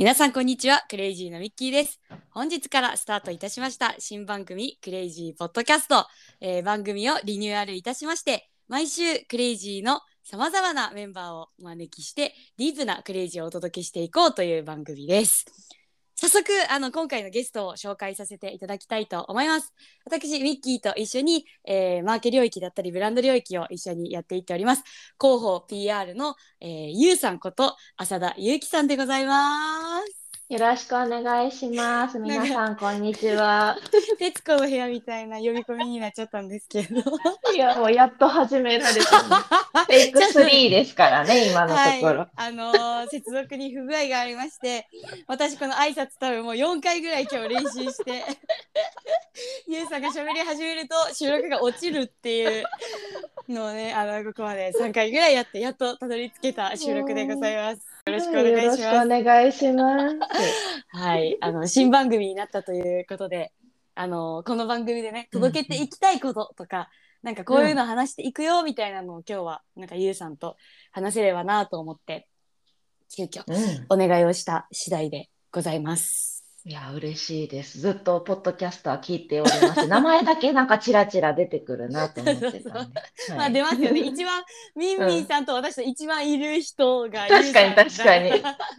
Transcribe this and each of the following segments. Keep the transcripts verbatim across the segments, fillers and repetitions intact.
皆さんこんにちは。クレイジーのミッキーです。本日からスタートいたしました新番組クレイジーポッドキャスト、えー、番組をリニューアルいたしまして、毎週クレイジーのさまざまなメンバーをお招きしてディープなクレイジーをお届けしていこうという番組です。早速あの今回のゲストを紹介させていただきたいと思います。私ミッキーと一緒に、えー、マーケ領域だったりブランド領域を一緒にやっていっております広報 ピーアール の、えー、ゆうさんこと浅田ゆうきさんでございます。 よろしくお願いします。皆さんこんにちは。 徹子の部屋みたいな呼び込みになっちゃったんですけどいや、もうやっと始められたね。テイクスリーですからね、今のところ。 はい、あのー、接続に不具合がありまして、私この挨拶多分もうよんかいぐらい今日練習してゆうさんが喋り始めると収録が落ちるっていうのをね、あのここまでさんかいぐらいやってやっとたどり着けた収録でございます。よろしくお願いします。 よろしくお願いします。 はい、あの新番組になったということで、あのこの番組でね届けていきたいこととか、うんうん、なんかこういうの話していくよみたいなのを今日はなんかゆうさんと話せればなと思って急遽お願いをした次第でございます。 うん、いや嬉しいです。ずっとポッドキャストは聞いておりまして名前だけなんかチラチラ出てくるなと思ってたんでそうそう、はい、まあ出ますよね。一番ミンミンさんと私と一番いる人がゆうさん、うん、確かに確かに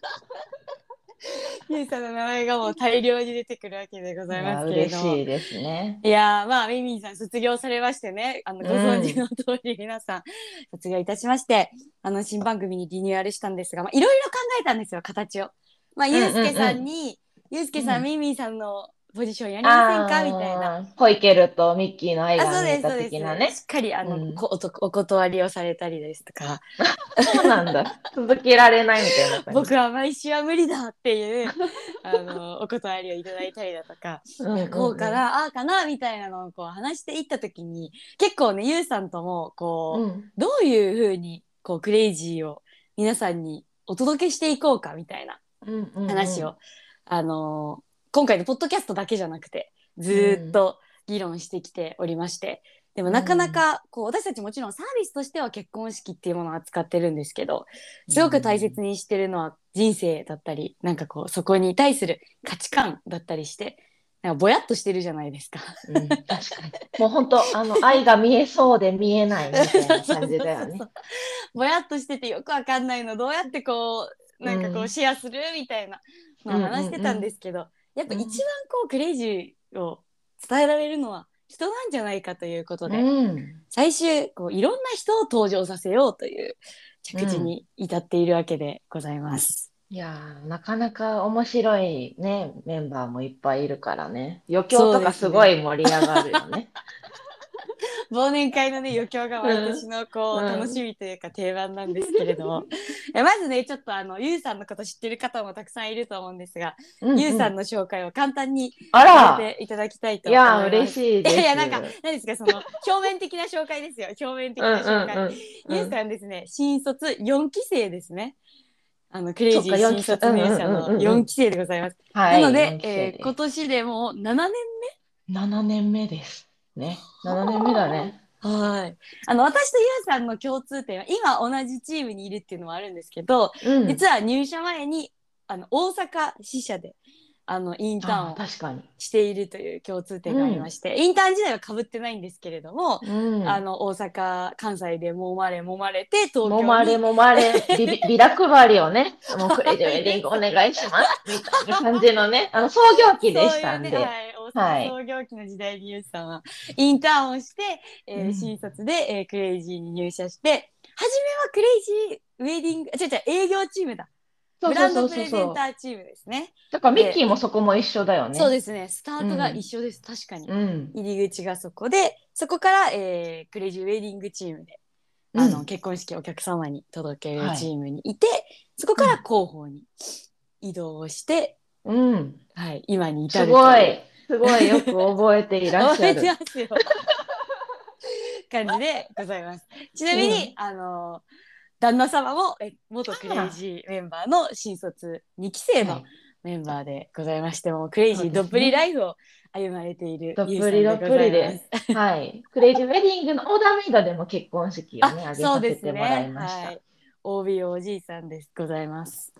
ゆうさんの名前がもう大量に出てくるわけでございますけれども、 いや嬉しいですね。 いやまあミンミンさん卒業されましてね、あのご存知の通り皆さん、うん、卒業いたしまして、あの新番組にリニューアルしたんですが、まあ、いろいろ考えたんですよ、形を。まあ、ゆうすけさんに、ゆうすけさん、ミンミンさんのポジションやりませんかみたいな。 ホイケルとミッキーの愛が見えた的なね。 しっかりあの、うん、お, お断りをされたりですとか。 そうなんだ。続けられないみたいな感じ。 僕は毎週は無理だっていうあのお断りをいただいたりだとか、うんうんうん、こうかなああかなみたいなのをこう話していった時に、結構ねゆうさんともこう、うん、どういうふうにこうクレイジーを皆さんにお届けしていこうかみたいな話を、うんうんうん、あの今回のポッドキャストだけじゃなくてずっと議論してきておりまして、でもなかなかこう私たちもちろんサービスとしては結婚式っていうものを扱ってるんですけど、すごく大切にしてるのは人生だったり、なんかこうそこに対する価値観だったりして、なんかぼやっとしてるじゃないですか、 うん、確かにもう本当あの愛が見えそうで見えないみたいな感じだよね。そうそうそう、 ぼやっとしててよくわかんないのどうやってこうなんかこうシェアするみたいなのを話してたんですけど、うんうんうん、やっぱ一番こうクレイジーを伝えられるのは人なんじゃないかということで、うん、最終こういろんな人を登場させようという着地に至っているわけでございます。 うん、いやなかなか面白いねメンバーもいっぱいいるからね、余興とかすごい盛り上がるよね。 忘年会のね余興が毎年のこう、うん、楽しみというか定番なんですけれどもまずねちょっとあのゆうさんのこと知ってる方もたくさんいると思うんですが、うんうん、ゆうさんの紹介を簡単にさせていただきたいと思います。 いや嬉しいです。 いやなんか何ですかその表面的な紹介ですよ。表面的な紹介。うんうんうん、ゆうさんですね新卒よんき生ですね。あのクレイジー新卒入社のよんき生でございます。なので、えー、今年でもうななねんめ ? なな 年目ですね。ななねんめだね。 はい。あの私とゆうさんの共通点は今同じチームにいるっていうのはあるんですけど、うん、実は入社前にあの大阪支社であのインターンをしているという共通点がありまして、うん、インターン時代は被ってないんですけれども、うん、あの大阪関西で揉まれ揉まれて東京に揉まれ揉まれビ, ビラ配りをねもうクレイジーウェディングお願いしますみたいな感じのねあの創業期でしたんで、 そういうね、はい、大阪創業期の時代にゆうさんはインターンをして、えー、新卒で、えー、クレイジーに入社して、初めはクレイジーウェディング違う違う営業チームだ。ブランドプレゼンターチームですね。 だからミッキーもそこも一緒だよね。 そうですね。スタートが一緒です。うん、確かに、うん。入り口がそこで、そこから、えー、クレイジーウェディングチームで、うん、あの結婚式をお客様に届けるチームにいて、はい、そこから広報に移動をして、うん、はい、今に至るという。 すごい、すごいよく覚えていらっしゃる。 覚えてますよ。感じでございます。ちなみに、うん、あの旦那様もえ元クレイジーメンバーの新卒にき生のメンバーでございまして、もクレイジーどっぷりライフを歩まれているどっぷりどっぷりで、はい、クレイジーウェディングのオーダーメイドでも結婚式をね挙げさせてもらいました。 はい、オービー おじいさんですございます。 はい、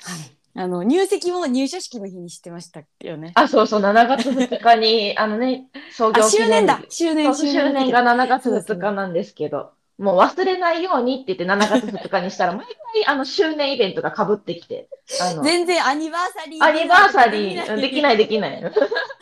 あの入籍も入社式の日にしてましたよね。 あ、そうそう、しちがつふつかに、あのね、創あ、 業記念日。 周年だ周年、 そうそう、 周年周年がの時だ。 しちがつ2 そうだそうだ。 日なんですけど、もう忘れないようにって言ってしちがつふつかにしたら、毎回あの周年イベントが被ってきて、あの、 全然アニバーサリーアニバーディナーとかサリー、 できない。 できないできない。二人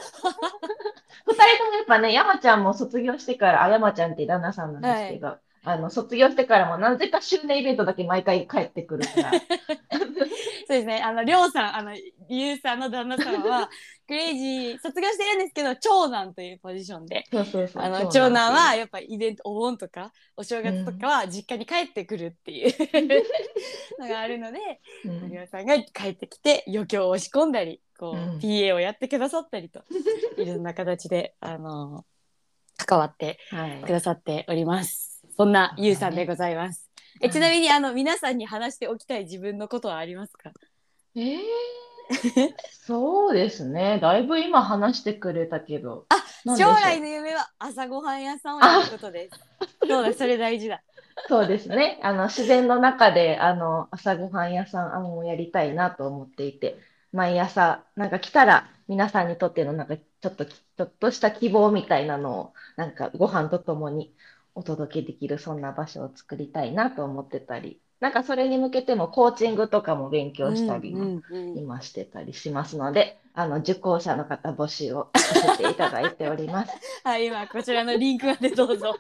ともやっぱね、山ちゃんも卒業してから、あ、山ちゃんって旦那さんなんですはい。 けど、あの、卒業してからもなぜか周年イベントだけ毎回帰ってくるから。 そうですね。あの、りょうさん、あの、ゆうさんの旦那様は、クレイジー卒業してるんですけど、長男というポジションで、 そうそうそう、 あの、 長長男っていう。 男はやっぱイベント、お盆とか、お正月とかうん。 は実家に帰ってくるっていうのがあるので、 うん。 りょうさんが帰ってきて、余興を押し込んだり、こう、 うん。 ピーエー をやってくださったりと、いろんな形で、あの、関わってはい。 くださっております。そんなそうゆうさんでだね。 ございます。え、ちはい。 なみに、あの、皆さんに話しておきたい自分のことはありますか？ ええ、そうですね。だいぶ今話してくれたけど、なん将でしょう。 来の夢は朝ごはん屋さんをやるあ、 ことです。そうだ、それ大事だ。 そうですね。あの、自然の中で、あの、朝ごはん屋さん、あの、やりたいなと思っていて、毎朝、なんか来たら、皆さんにとっての、なんか、ちょっと、ちょっとした希望みたいなのを、なんか、ご飯とともにお届けできる、そんな場所を作りたいなと思ってたり、なんか、それに向けても、コーチングとかも勉強したうんりも、 うんうん。 今してたりしますので、あの、受講者の方募集をさせていただいております。 はい、今こちらのリンクまでどうぞ。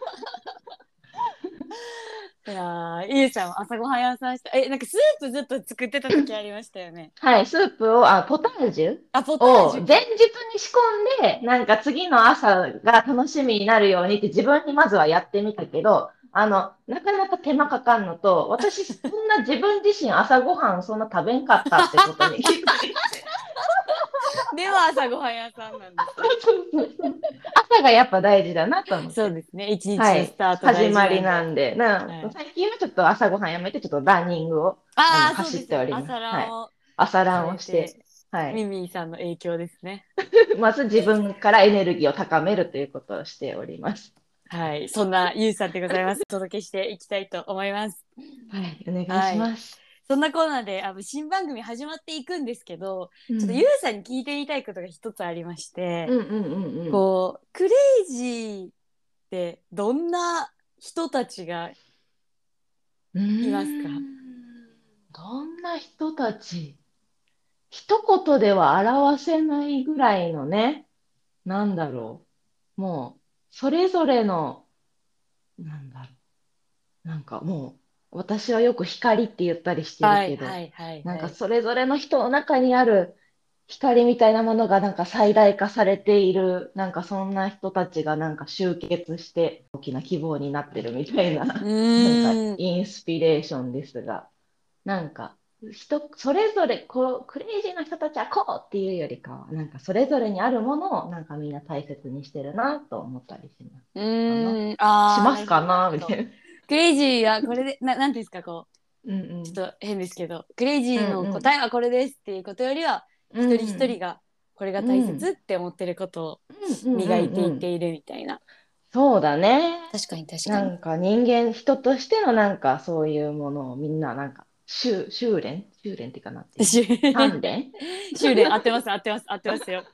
いやー、ゆうさんは朝ごはん屋さんした。え、なんかスープずっと作ってた時ありましたよね。 はい、スープを、あ、ポタージュあ、ポターを前日ジュか。 に仕込んで、なんか次の朝が楽しみになるようにって自分にまずはやってみたけど、あの、なかなか手間かかんのと、私、そんな自分自身朝ごはんそんな食べんかったってことに気づいて。 でも朝ごはん屋さんなんですね。 そうそうそう。朝がやっぱ大事だなと思って。 そうですね。一日はい。 のスタート大事始まりなんで。 なんで、な、 はい、 最近はちょっと朝ごはんやめて、ちょっとランニングを、あの、 ああ、そう走っですよね。 ております。 朝ラはい。 ンを朝ラさンをして、 れて、 はい。 ミミィさんの影響ですね。 まず自分からエネルギーを高めるということをしております。 はい、そんなゆうさんでございます。お届けしていきたいと思います。 はい、お願いはい。 します。 そんなコーナーであの新番組始まっていくんですけど、ちょっとゆううん。 さんに聞いてみたいことが一つありまして、 うんうんうんうん。 こう、クレイジーってどんな人たちがうーいますか？ ん。どんな人たち、一言では表せないぐらいのね、なんだろう。もう、それぞれの、なんだろう。なんかもう、私はよく光って言ったりしてるけど、 はいはいはいなんかはい。 それぞれの人の中にある光みたいなものがなんか最大化されている、なんかそんな人たちがなんか集結して大きな希望になってるみたいな、 うなんかーん。 インスピレーションですが、なんか人、それぞれこう、クレイジーな人たちはこうっていうよりかは、なんかそれぞれにあるものをなんかみんな大切にしてるなと思ったりします。 うかな。 ーん。ああ、 しまなるほどすかななるほど。 みたいな。 クレイジーはこれで、な、なんていうんですか、こうんうう、ちん。 ょっと変ですけど、クレイジーのうんうん。 答えはこれですっていうことよりは、 う一人一人ん。 がこれがうん。 大切って思ってることをうんうん磨いてうんうん。 いっているみたいな。 そうだね。 確かに確かに。 なんか人間、人としてのなんかそういうものをみんななんか、修、修練修練っていうかなっていうの。 修鍛錬修練合ってます合ってます合ってますよ。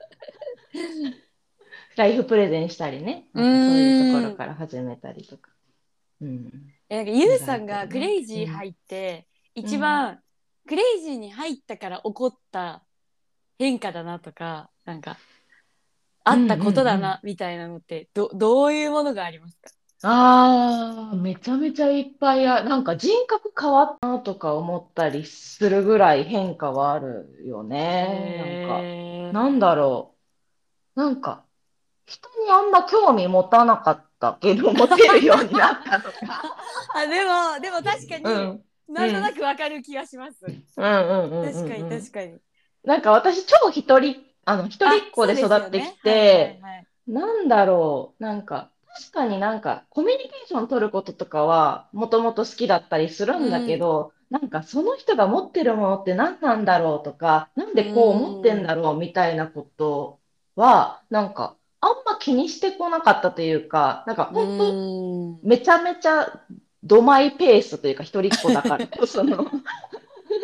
ライフプレゼンしたりね。 うなんかそういうところーん。 から始めたりとか。うん。 えなんかユウ磨いさんがクてるな。 レイジうん。 ー入ってうん。 一番クレイジーに入ったから起こった変化だなとかなんかあうんうったことだんうん。 なみたいなのってどどういうものがありますか？ ああ、めちゃめちゃいっぱいあ、なんか人格変わったなとか思ったりするぐらい変化はあるよね。なんか、 へなんだろう。なんか、人にあんま興味持たなかったけど、持てるようになったとか。 あでもでも確かにうん。うなんとなん。 くわかる気がします。 うんうんうんう確かにんうん。 確かに。 なんか私超一人、あの、一人っ子であそうで育ってきすよね。はいはいて、 はい。 なんだろう。なんか、確かになんかコミュニケーション取ることとかはもともと好きだったりするうんだけんど、なんかその人が持ってるものって何なんだろうとか、なんうでこう思ってんんだろうみたいなことは、なんかあんま気にしてこなかったというか、なんかう本当ん。 めちゃめちゃドマイペースというか一人っ子だからこその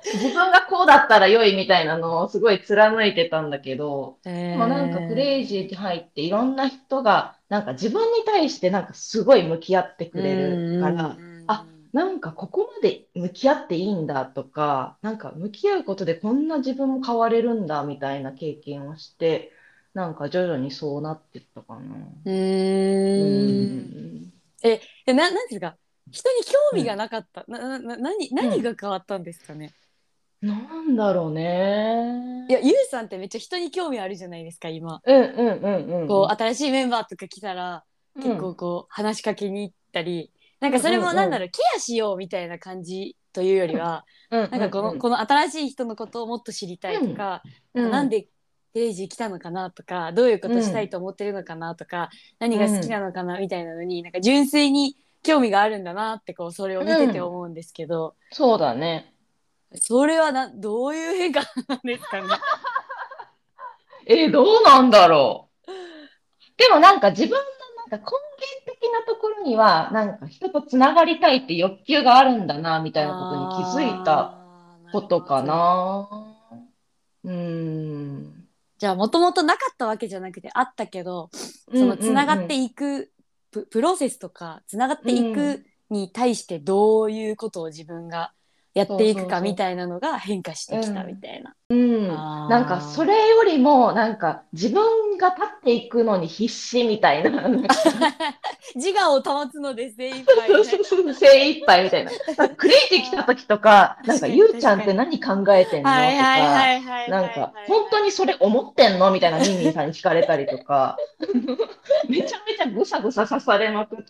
自分がこうだったら良いみたいなのをすごい貫いてたんだけど、でもなんかクえレイジーに入っていろんな人がなんか自分に対してなんかすごい向き合ってー、うくれるから、あ、 んなんかここまで向き合っていいんだとか、なんか向き合うことでこんな自分も変われるんだみたいな経験をして、なんか徐々にそうなっていったかな。 うんううーん。 ん。 え、えな、なんですか、人に興味がうん。 なかった。な、な、な、何、 うん。 何が変わったんですかね。 なんだろういや、 ね。 ゆうさんってめっちゃ人に興味あるじゃないですか、今。 うんうんうんうんうん。 こう、新しいメンバーとか来たら、結構うんこう、話しかけに行ったり、なんかそれうんうんうん。 もなんだろう、ケアしようみたいな感じというよりは、 うんなんかこの、 うんこの新しい人のことをもっと知りたいうん。 とか、なんかうん。 なんでデイジー来たのかなとか、どういうこうとしたいん。 と思ってるのかなとか、何うが好きなん。 のかなみたいなのに、なんか純粋に興味があるんだなってこう、それを見ててうん。 思うんですけど、 そうだね。 それはな、どういう変化なんですかね。 えーどうなんだろう。でもなんか自分のなんか根源的なところには、なんか人とつながりたいって欲求があるんだな、みたいなことに気づいたあー、なることかほど。 な。うーん。 じゃあもともとなかったわけじゃなくてあったけど、そうんのつながってうんいくプ、プロセスとかつながっうん。 ていうん。 くに対してどういうことを自分がやっそうていくそうそかみたいなのが変化しう。 てきたみうん。 たいな。 うん。なんか、そあれよりも、なんか、自分が立っていくのに必死みたいな、なんか、 ー自我を保つので精一杯そうみたいそうそう、精一杯みたいな。なんかクレイジー来たな。あ時とか、 ーなんか、 確かにゆうちゃんって確かに。 何考えてんのはいはいはとか、 いはいなんか、 はいはい本当にそれ思ってんのみたいなミンミンさんに聞かれたりとか、めちゃめちゃぐさぐさ刺されまくって、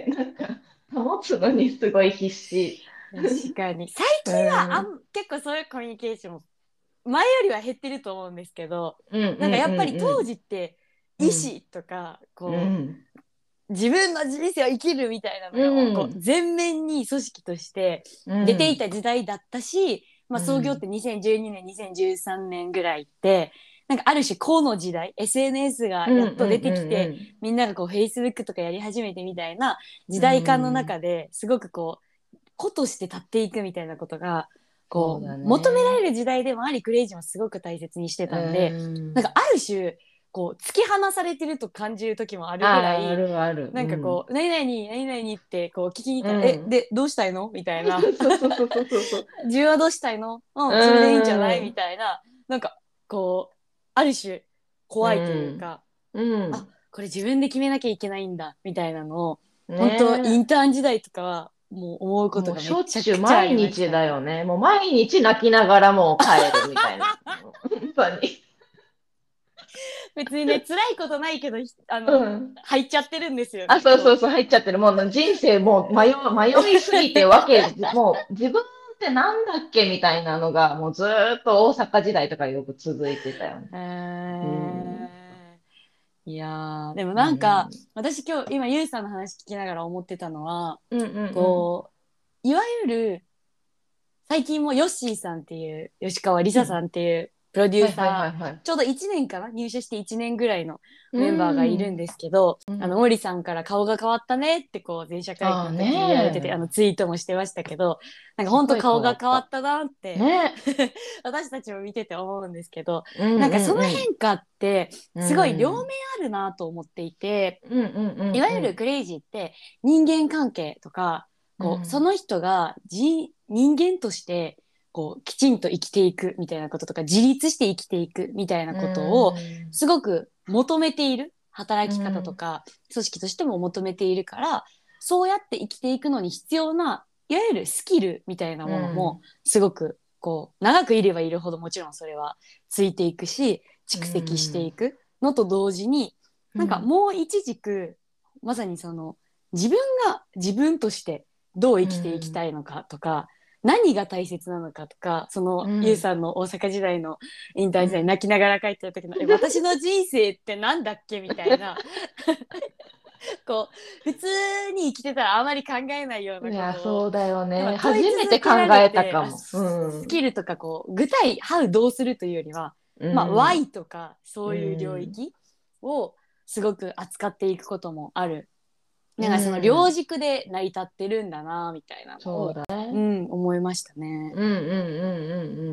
なんか、保つのにすごい必死。 はい。確かに。最う近はあん。 ん結構そういうコミュニケーション前よりは減ってると思うんですけど、 うんうんなんかやっぱり当うん時って意うん。 思とかうん。 こうん。 う自分の人生を生きるみたいなのうがもうこうん。 全面に組織としてう出ていん。 た時代だったし、まあ、創業ってにせんじゅうにねんにせんじゅうさんねんぐらいってなんかある種この時代 エスエヌエス がうんうんやっと出てきてうんみんながこう フェイスブック とかやり始めてみたいな時う代感のん。 中ですごくこう個として立っていくみたいなことがこそうだう求めらね。 れる時代でもありクレイジーもすごく大切にしてうたんでなんかん。 ある種こう突き放されてると感じる時もあるぐらああ、あいるある。 なんかうん。 こう「何々何々」ってこう聞きに行ったら「えうん。 でどうしたいの?」みたいなそうそうそうそうそうそう。 「自分はどうしたいのううんそれでいいんじゃない?」みん。 たいななんかこうある種う怖いというん。 かあうん。 これ自分で決めなきゃいけないんだみたいなのを本当インねターン時代とかはもう思うえ。 ことがもうしめちゃょっちゅうくちゃありまし毎日たね。 だよね。もう毎日泣きながらもう帰るみたいな。本当に。 別にね辛いことないけどあのうん。 入っちゃってるんですよあ、 ねこう。 そうそうそう、入っちゃってる。もう人生もう迷う、迷いすぎてわけ、もう自分ってなんだっけみたいなのが、もうずーっと大阪時代とかよく続いてたよね。 えうん。 ー、いやーでもうなんかん。 私今日今ゆうさんの話聞きながら思ってたのはうんうんうん。 こういわゆる最近もヨッシーさんっていう吉川りささうん。 んっていうプロデュはいはいはーサいはい。 ーちょうどいちねんかな入社していちねんぐらいのうメンバーがいるんん。 ですけどあのうん。 森さんから顔が変わったねってこう前社会ああ見の時に言われててあねのツイートもしてましたけどなんかすごい変本当顔わった。 が変わったなってね。 私たちも見てて思うんですけどうんなんかそのうん変化ってうん。 すごい両面うん。 あるなと思っていてうんうんうんいわうん。 ゆるクレイジーって人間関係とかこうそうんの人がじ人間としてこうきちんと生きていくみたいなこととか自立して生きていくみたいなうことをんすごく求めているう働き方とんか組織としても求めているからそうやって生きていくのに必要ないわゆるスキルみたいなうものもんすごくこう長くいればいるほどもちろんそれはついていくしう蓄積していんくのと同時になんかうんもう一軸まさにその自分が自分としてどうう生きていきたんいのかとか何が大切なのかとかそのゆううんさんの大阪時代のインターン時代にうん泣きながら帰ってる時の「え私の人生ってなんだっけ?」みたいなこう普通に生きてたらあまり考えないよういや、 なことをそうだよやっね。 ぱ問い初めて考続けられえたてあかも。うスキん。 ルとかこう具体「ハウ」どうするというよりはうまあん。 ワイ とかそうういう領ん。 域をすごく扱っていくこともあるなんかその両軸で成り立ってるんだなみたいなのを、 そうだね、 うん、思いましたね。 うんうんうんうんうん。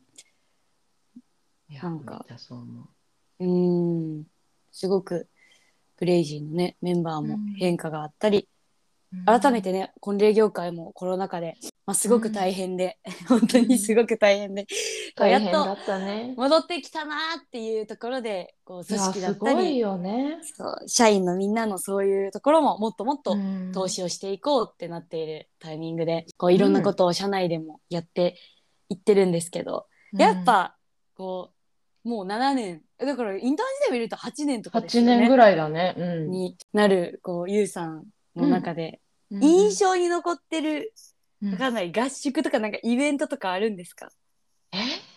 いや、 なんかめっちゃそう思うーんすごくクレイジーのねメンバーう。うもん変化があったり、改めうんてね婚礼業界もコロナ禍で、まあ、すごく大うん変で本うん、 当にすごく大変で、こうやっと大変だったね。 戻ってきたなっていうところで、こういや、 組織だすったり、 ごいよね。 そう社員のみんなのそういうところももっともっうと投ん。 資をしていこうってなっているタイミングで、こういろんなこうん。 とを社内でもやっていってるんですけど、 うん。 やっぱこうもうななねんだからインターン時代見るとはちねんとかで 8 すよね年ぐらいだね。うん。 になるこうゆうさんのうん。 中でうん。 印象に残ってる、 うん。 わかんない合宿とかなんかイベントとかあるんですか？ え、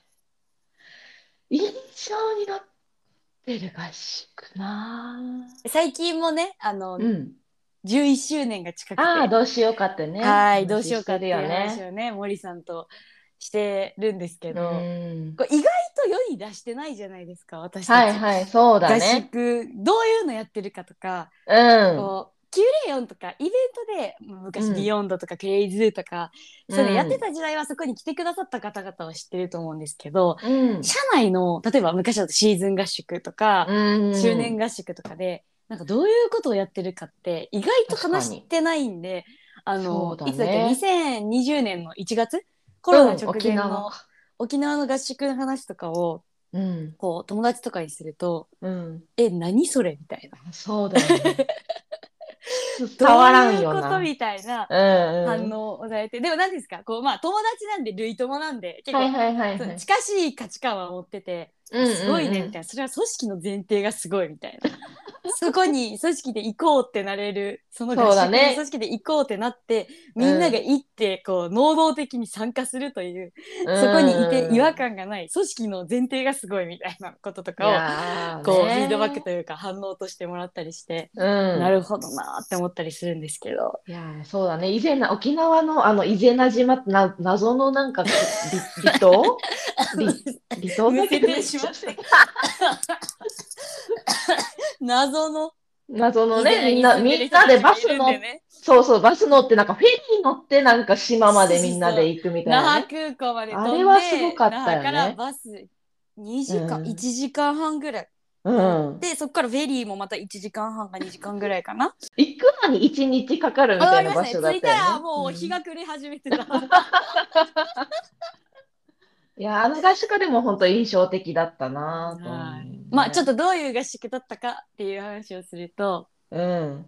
印象になってる合宿な最近もねあのぁ。うん。 じゅういっしゅうねんが近くああ、 て、 どうしようかってね。 はいどうしよう話してるかっていう話よね。 をね森さんとしてるんですけうど、 ん。 これ意外と世に出してないじゃないですか私たち。 はいはい、そうだ合ね。 宿どういうのやってるかとか、 うん。 こうキュレヨンとかイベントでうん。 昔ビヨンドとかクレイズーとかうそういうのやってん。 た時代はそこに来てくださった方々は知ってると思うんですけど、 うん。 社内の例えば昔だとシーズン合宿とかう周ん。 年合宿とかでなんかどういうことをやってるかって意外と確かに。 話してないんで、あそうだのいつだっけね。 にせんにじゅうねんのいちがつコロナうん、 直沖前の縄か。 沖縄の合宿の話とかをうん。 こう友達とかにするとうん。 「え何それ?」みたいなそうだよね。伝どうわらんいうことよな。 みたいなうんうん。 反応をされて、でも何ですかこうまあ友達なんで類友なんで結構はいはいはいはい。 その近しい価値観は持ってて、 うんあすごいうんうん。 ねみたいな、それは組織の前提がすごいみたいな、そこに組織で行こうってなれる、その合そうだ宿に組ね。 織で行こうってなってうみんながん。 行ってこう能動的に参加するという、 うそこにいて違和ん。 感がない組織の前提がすごいみたいなことといかをやーこうフィードバックねというか反応としてもらったりして、 ー。うん。 なるほどなーって思ったりするんですけど。 いやー、そうだね。以前な、沖縄のあの、伊是名島ってな、謎のなんかく、離、離島離、離島だけど、 むせてめっちゃしまって謎の謎のね、 伊是名みんな、 に住んでるみんなで人たちがいバス乗っ、 るんでね。 そうそう、バス乗ってなんかフェリー乗ってなんか島までみんなそうで行くみたい那覇なね。 空港まであれ飛んはすごでかった那覇からよね。 バスにうじかんん。 いちじかんはんぐらいう乗っん。 て、そこからフェリーもまたいちじかんはんかにじかんぐらいかな。 行くのに一日かかるみたあありましたね。 いな場所だ着いたったよね。うらもう日ん。 が暮れ始めてたいや、あの合宿でも本当印象的だったなと思はい。 うね。 まあちょっとどういう合宿だったかっていう話をすると、 うん。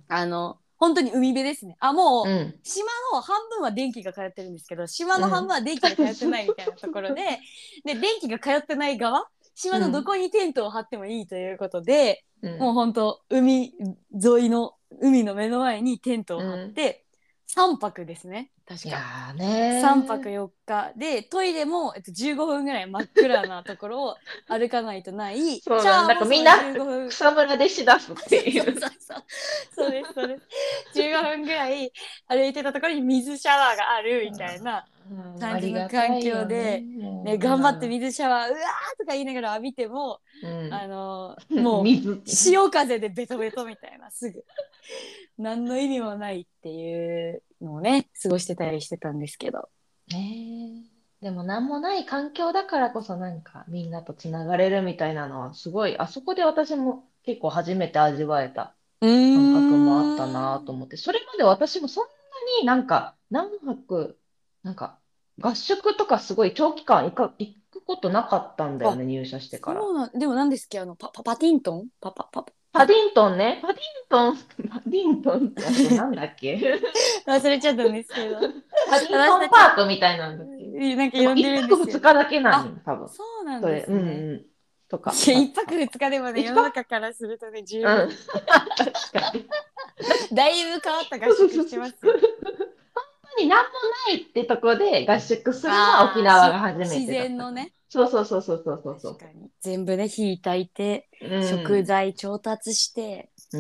あの本当に海辺ですね。あもううん。 島の半分は電気が通ってるんですけど島の半分うん。 は電気が通ってないみたいなところで、で電気が通ってない側島のどうん。 こにテントを張ってもいいということで、 うん。 もう本当海沿いの海の目の前にテントを張っうん。 てさんぱくですね確か。 いやーさんぱくねよっかでトイレも、えっと、じゅうごふんぐらい真っ暗なところを歩かないとない、シそうだね。 ャワーもそのなんかみんなじゅうごふん、 草むらでしだすっそうそうていう。 そうそうそうですそうです、じゅうごふんぐらい歩いてたところに水シャワーがあるみたいなうん、あ感じりがの環たいよね。 境で、ね、 もう頑張って今の。 水シャワーうわーとか言いながら浴びてもうん。 あのもう水。 潮風でベトベトみたいな、すぐ何の意味もないっていうのをね過ごしてたりしてたんですけど。 ねえ。でも何もない環境だからこそなんかみんなとつながれるみたいなのはすごい、あそこで私も結構初めて味わえたうー感覚もあったなとん思って、それまで私もそんなになんか何泊、なんか合宿とかすごい長期間行か、行くことなかったんだよあ、 ね、入社してから。 そうなん、でも何ですっけ、あの、パ、パ、パティントンパパ、パ、パ、 パディントンね、パディントン、パディントンってあとなんだっけ忘れちゃったんですけど、 パディントンパ私たち、 ークみたいなんだっけ。 なんか呼んででも一泊るんですよ。 二日だけなんあ、 よ、多分。 そうなんでそれ、うんすね。 うん。とか、 いや、 た、 一泊た、 二日でもね、世の一泊、 中からするとね、十分、 うん。確かに。 だいぶ変わった合そう宿そうそうそう。 してますよ。 本当に何もないってとこで合宿するのは沖ああ、 縄がし、 初め自てだったかな。 然のね。 そうそうそうそうそうそうそ確かに。全部ね、火焚いて、 う。うん。 食材調達して、 うん。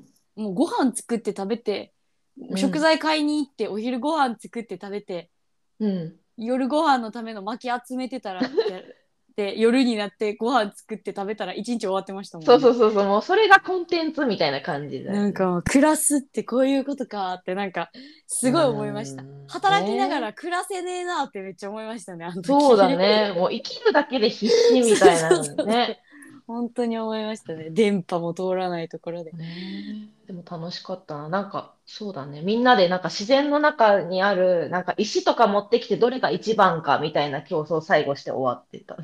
もうご飯作って食べて、食うん。 材買いに行って、お昼ご飯作って食べて、 うん。 夜ご飯のための薪集めてたらってって夜になってご飯作って食べたら一日終わってましたもんね。 そうそうそうそう、もうそれがコンテンツみたいな感じだよね。 なんかもう暮らすってこういうことかってなんかすごい思いました。働きながら暮らせねえなってめっちゃ思いましたね、あの時。 そうだね。もう生きるだけで必死みたいなのにね。 本当に思いましたね。電波も通らないところで。 ねえ、でも楽しかったな。なんか、そうだね。みんなでなんか自然の中にある、なんか石とか持ってきてどれが一番かみたいな競争を最後して終わってた。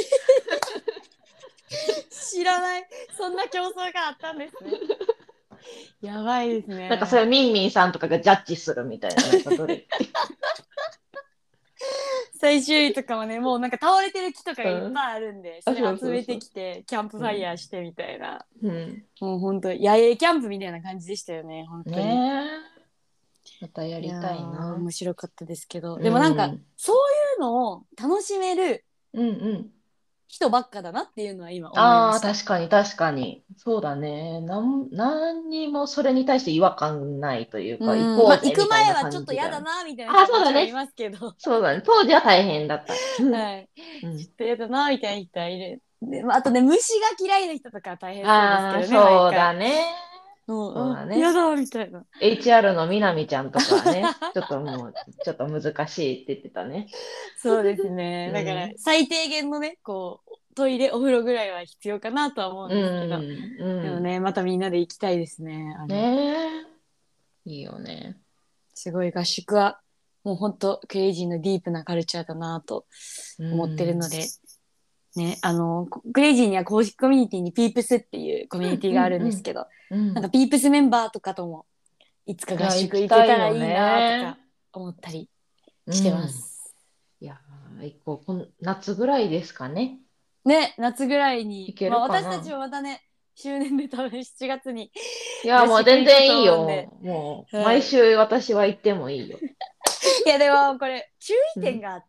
知らない。そんな競争があったんですね。やばいですね。 なんかそれミンミンさんとかがジャッジするみたいな。なんかどれ最終日とかもね、もうなんか倒れてる木とかがいっぱいあるんで、 うん、 それ集めてきてキャンプファイヤーしてみたいな、 うん、 もう本当野営キャンプみたいな感じでしたよね、本当に。 ねえ。またやいやりたいーな。 面白かったですけど、 うん、 でもなんかそういうのを楽しめるうんうん。 人ばっかだなっていうのは今思いまああ、 した。 確かに確かに。そうだね。なん、何にもそれに対して違和感ないというか、行うん、まあ行くこうぜみたいな前はちょっ感じだよね。 と嫌だなみたいなああ、 人はそうだね。 もちろんいますけど、 そうだね。当時は大変だった。うん。 はい、 うん。 ちょっと嫌だなみたいな人はいる。で、まあ、あとね虫が嫌いな人とかは大変そうですああ、 けどね、毎そうだ回。 ね。 もう、あ、 そうだね。 嫌だみたいな。 エイチアール のみなみちゃんとかはね、ちょっともう、ちょっと難しいって言ってたね。 そうですね。だからうん。 最低限のね、こうトイレ、お風呂ぐらいは必要かなとは思うんうですけど、 ん。うん。 でもね、またみんなで行きたいですね。あれ、 ねえ。いいよね。 すごい合宿はもう本当クレイジーのディープなカルチャーだなとう思ってるのん。 で、ね、あのクレイジーには公式コミュニティにピープスっていうコミュニうんうティがあるんんうん。 ですけど、 うん。 なんかピープスメンバーとかともいつかいや、行合宿き行けたらたいよいいなとね。 か思ったりうしてまん。 す。 いやー、行こう。こん夏ぐらいですかね。 ね、夏ぐらいに、まあ行けるか私たちな。 もまたね、周年で多分しちがつにいや、 合もう宿行く全然いいと思うんで、 よ。もう、毎はい。 週私は行ってもいいよ。 いやでもこれ注うん。 意点があって、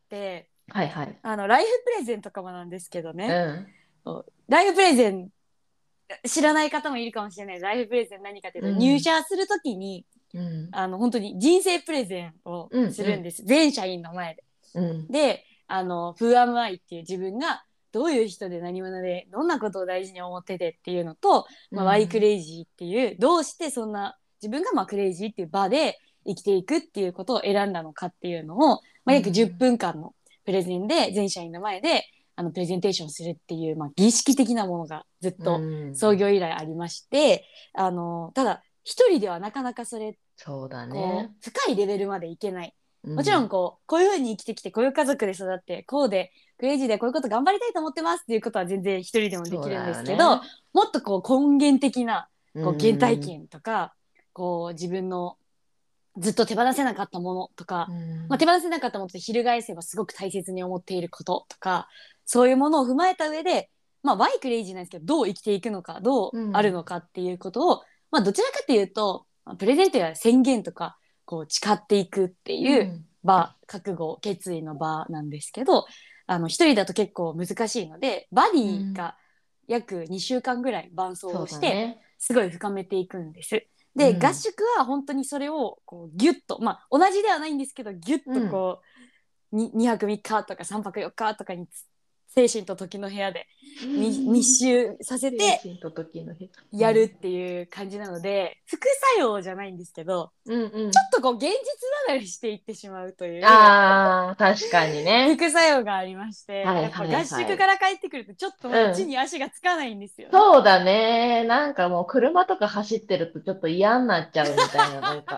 はいはい。 あのライフプレゼントとかもなんですけどね、 うん。 ライフプレゼン知らない方もいるかもしれない。ライフプレゼン何かというと、入うん。 社するときにうん。 あの本当に人生プレゼンをうん。うん。 するんです。全社員の前で。 うん。 で、あの、Who am I っていう自分がどういう人で何者でどんなことを大事に思っててっていうのと、 うまあ、Why クん。 レイジーっていうどうしてそんな自分がまあクレイジーっていう場で生きていくっていうことを選んだのかっていうのを、まあ、約じゅっぷんかんのプレゼンで全社員の前であのプレゼンテーションするっていう、まあ、儀式的なものがずっうと創ん。 業以来ありまして、あのただ一人ではなかなかそれそうだね。 こう深いレベルまでいけない。もちろんうん。 こうこういうふうに生きてきてこういう家族で育ってこうでクレイジーでこういうこと頑張りたいと思ってますっていうことは全然一人でもできるんそうだですけど、 よね。 もっとこう根源的なうこう原体ん。 験とかこう自分のずっと手放せなかったものとか、 うまあ、手ん。 放せなかったものって翻せばすごく大切に思っていることとか、そういうものを踏まえた上で、まあ、ワイクレイジーなんですけどどう生きていくのかどうあるうん。 のかっていうことを、まあ、どちらかというとプレゼントや宣言とかこう誓っていくっていううん。 場、覚悟決意の場なんですけど、あの一人だと結構難しいのでバデうん。 ィが約にしゅうかんぐらい伴走そうをしてだね。 すごい深めていくんです。で合うん。 宿は本当にそれをこうギュッと、まあ同じではないんですけどギュッうん。 とこうににはくみっかとかさんぱくよっかとかに精神と時の部屋で密集させて精神と時の日。うやるん。 っていう感じなので副作用じゃないんですけど、 うんうん。 ちょっとこう現実離れしていってしまうというああ、確かにね。 副作用がありまして、 はいはやっぱ合いはい。 宿から帰ってくるとちょっとまだ地うん。 に足がつかないんですよね。 そうだね。なんかもう車とか走ってるとちょっと嫌になっちゃうみたいな、なんか。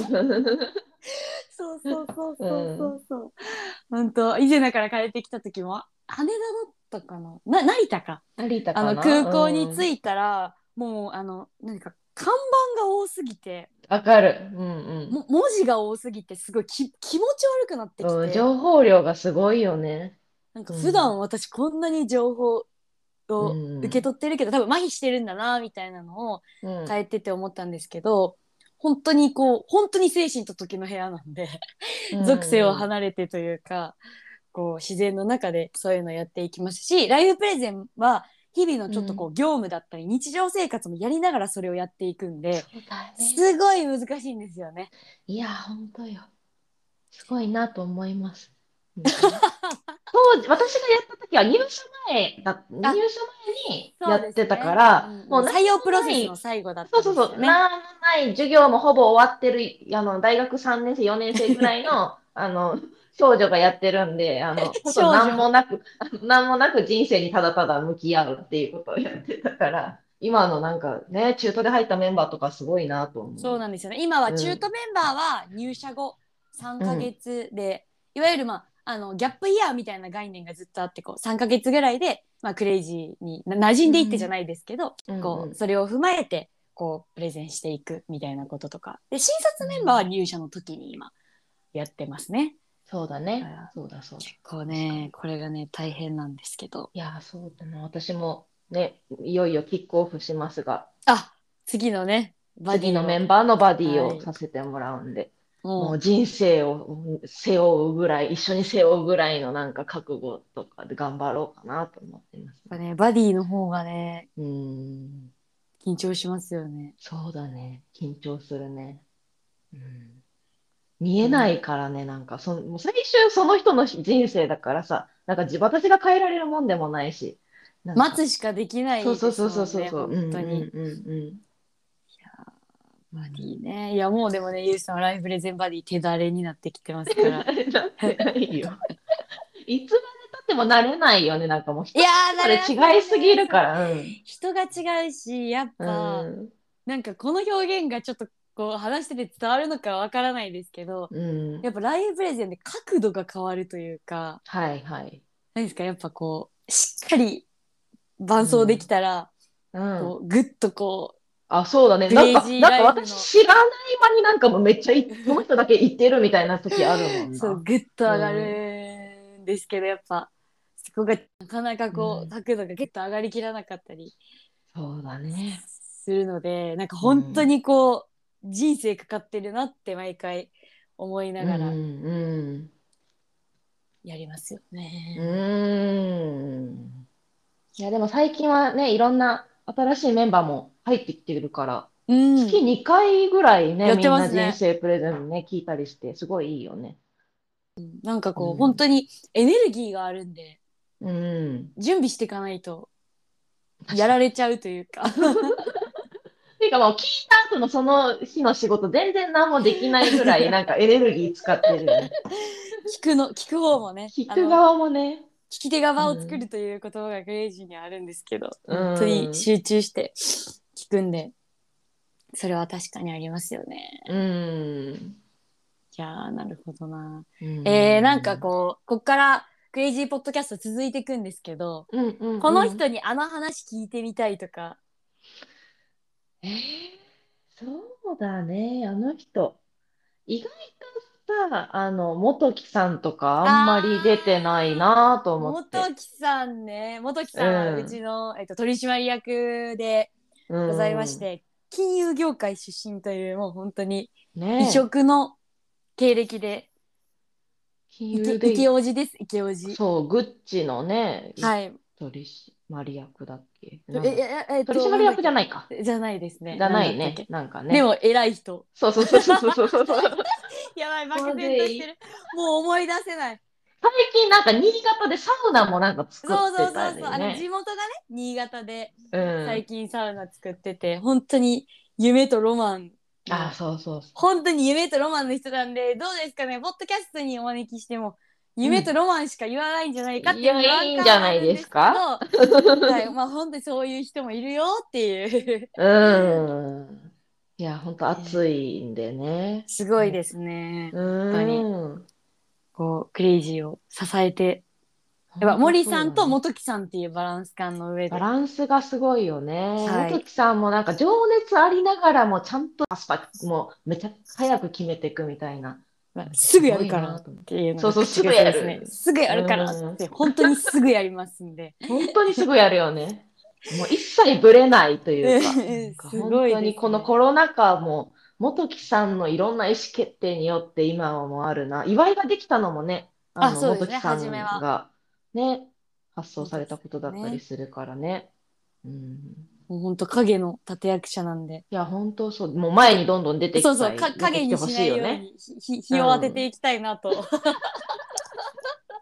そうそうそううそうそん。 うそう。本当以前だから帰ってきた時も羽田だったかな、な成田か、 成田あのかな。 空港にうん。 着いたらもうあの何か看板が多すぎてわかる。うんも文字が多すぎてすごいき気持ち悪くなってきうん。 て、 情報量がすごいよね。 なんか普うん。 段私こんなに情報うを受けん。 取ってるけど多分麻痺してるんだなみたいなのをうん。 帰ってて思ったんですけど、本当にこう本当に精神と時の部屋なんでう属性をん。 離れてというかこう自然の中でそういうのやっていきますし、ライフプレゼンは日々のちょっとこうん。 う業務だったり日常生活もやりながらそれをやっていくんでそうだね。 すごい難しいんですよね。 いや、本当よ。すごいなと思います。 当時、私がやった時は入社前だ、入社前にやってたから、 ねうんうん、 もう採用プロセスの最後だったんですよね。 そうそうそう、なんもない授業もほぼ終わってる、あの、大学さんねん生、よねん生ぐらいの、あの、少女がやってるんで、あの、ほんとなんもなく、なんもなく人生にただただ向き合うっていうことをやってたから、今のなんかね、中途で入ったメンバーとかすごいなと思う。 そうなんですよね。今は中途メンバーは入社後さんかげつで、うん、いわゆるまあ、あのギャップイヤーみたいな概念がずっとあってこうさんかげつぐらいで、まあ、クレイジーに馴染んでいってじゃないですけど、うん、こうそれを踏まえてこうプレゼンしていくみたいなこととかで、新卒メンバーは入社の時に今やってますね。 そうだね。そうだそうだ。 結構ねこれがね大変なんですけど。 いやそうだな、私もねいよいよキックオフしますが。 あ、次のねバディ次のメンバーのバディをさせてもらうんで。はいもう人生を背負うぐらい、一緒に背負うぐらいのなんか覚悟とかで頑張ろうかなと思ってます、 ね。ね、バディの方がね、 うん、 緊張しますよね。 そうだね、緊張するね。うん、見えないからね、なんかそもう最終その人の人生だからさ、なんか私が変えられるもんでもないし。 待つしかできないですもんね、 そうそうそうそう本当に。うんうんうん、いやバディね。いやもうでもね、ゆうさんはライフプレゼンバディ手だれになってきてますから。 なってないよ。いつまで経ってもなれないよね、なんかもう人いやそれ違いすぎるから、うん、 人が違うし、やっぱ、うん、なんかこの表現がちょっとこう話してて伝わるのかわからないですけど、うん、やっぱライフプレゼンで角度が変わるというか、 はいはい。 何ですか、やっぱこうしっかり伴奏できたら、うん、こうグッとこう。 あ、そうだね。なんか、なんか私知らない間になんかもうめっちゃい、その人だけ言ってるみたいな時あるもんな。 そう、グッと上がるんですけど、うん、やっぱ、そこがなかなかこう、うん、角度がグッと上がりきらなかったり。 そうだね。 するので、なんか本当にこう、うん、人生かかってるなって毎回思いながら、やりますよね。 うん、うん。いや、でも最近はね、いろんな新しいメンバーも入ってきてるから、うん、月にかいぐらいね、ねみんな人生プレゼンね、聞いたりして、すごいいいよね。 なんかこう、うん、本当にエネルギーがあるんで、うん、準備していかないと、やられちゃうというか。 ていうかもう聞いた後のその日の仕事全然何もできないぐらいなんかエネルギー使ってるよね。 聞くの、聞く方もね。 聞く側もね。 聞き手側を作るということがクレイジーにあるんですけど、うん、本当に集中して聞くんで、それは確かにありますよね。うん。いやー、なるほどな。うん、えー、なんかこう、こっからクレイジーポッドキャスト続いていくんですけど、うんうんうん、この人にあの話聞いてみたいとか。 えー、そうだね、あの人。意外とさ、あの、元木さんとかあんまり出てないなと思って。 元木さんね。元木さんはうちの、うん、えっと、取締役でございまして、うん、金融業界出身というもう本当に異色の経歴で、金融でイケオジです、イケオジ。 そう、グッチのね、はい、取締役だっけ。えええっと、 取締役じゃないか。 じゃないですね。 じゃないね。なんかね。 でも偉い人。 そうそうそうそうそうそう。 やばい、漠然としてる。もう思い出せない。 最近なんか新潟でサウナもなんか作ってたよね。 そうそうそうそう。あの地元がね、新潟で最近サウナ作ってて、うん、本当に夢とロマン。 あ、そうそうそう。 本当に夢とロマンの人なんで、どうですかね、ポッドキャストにお招きしても、夢とロマンしか言わないんじゃないかっていう不安感はあるんですけど、 はい、まあ本当にそういう人もいるよっていう。 うん。いや、本当暑いんでね。 すごいですね。本当に。こう、クレイジーを支えて、やっぱ森さんと元木さんっていうバランス感の上で。 バランスがすごいよね。はい、元木さんもなんか情熱ありながらもちゃんとアスパもうめちゃ早く決めていくみたいな。 すぐやるからっていうのが、ね、そうそう、すぐやる。すぐやるからって、本当にすぐやりますんで。 本当にすぐやるよね。もう一切ぶれないというか、なんか本当にこのコロナ禍も、元木さんのいろんな意思決定によって今はもうあるな。祝いができたのもね、あの、元木さんがね、発想されたことだったりするからね。うん、 もう本当影の立役者なんで。 いや、本当そう。もう前にどんどん出てきたい。 そうそう、影にしないように日を当てていきたいなと。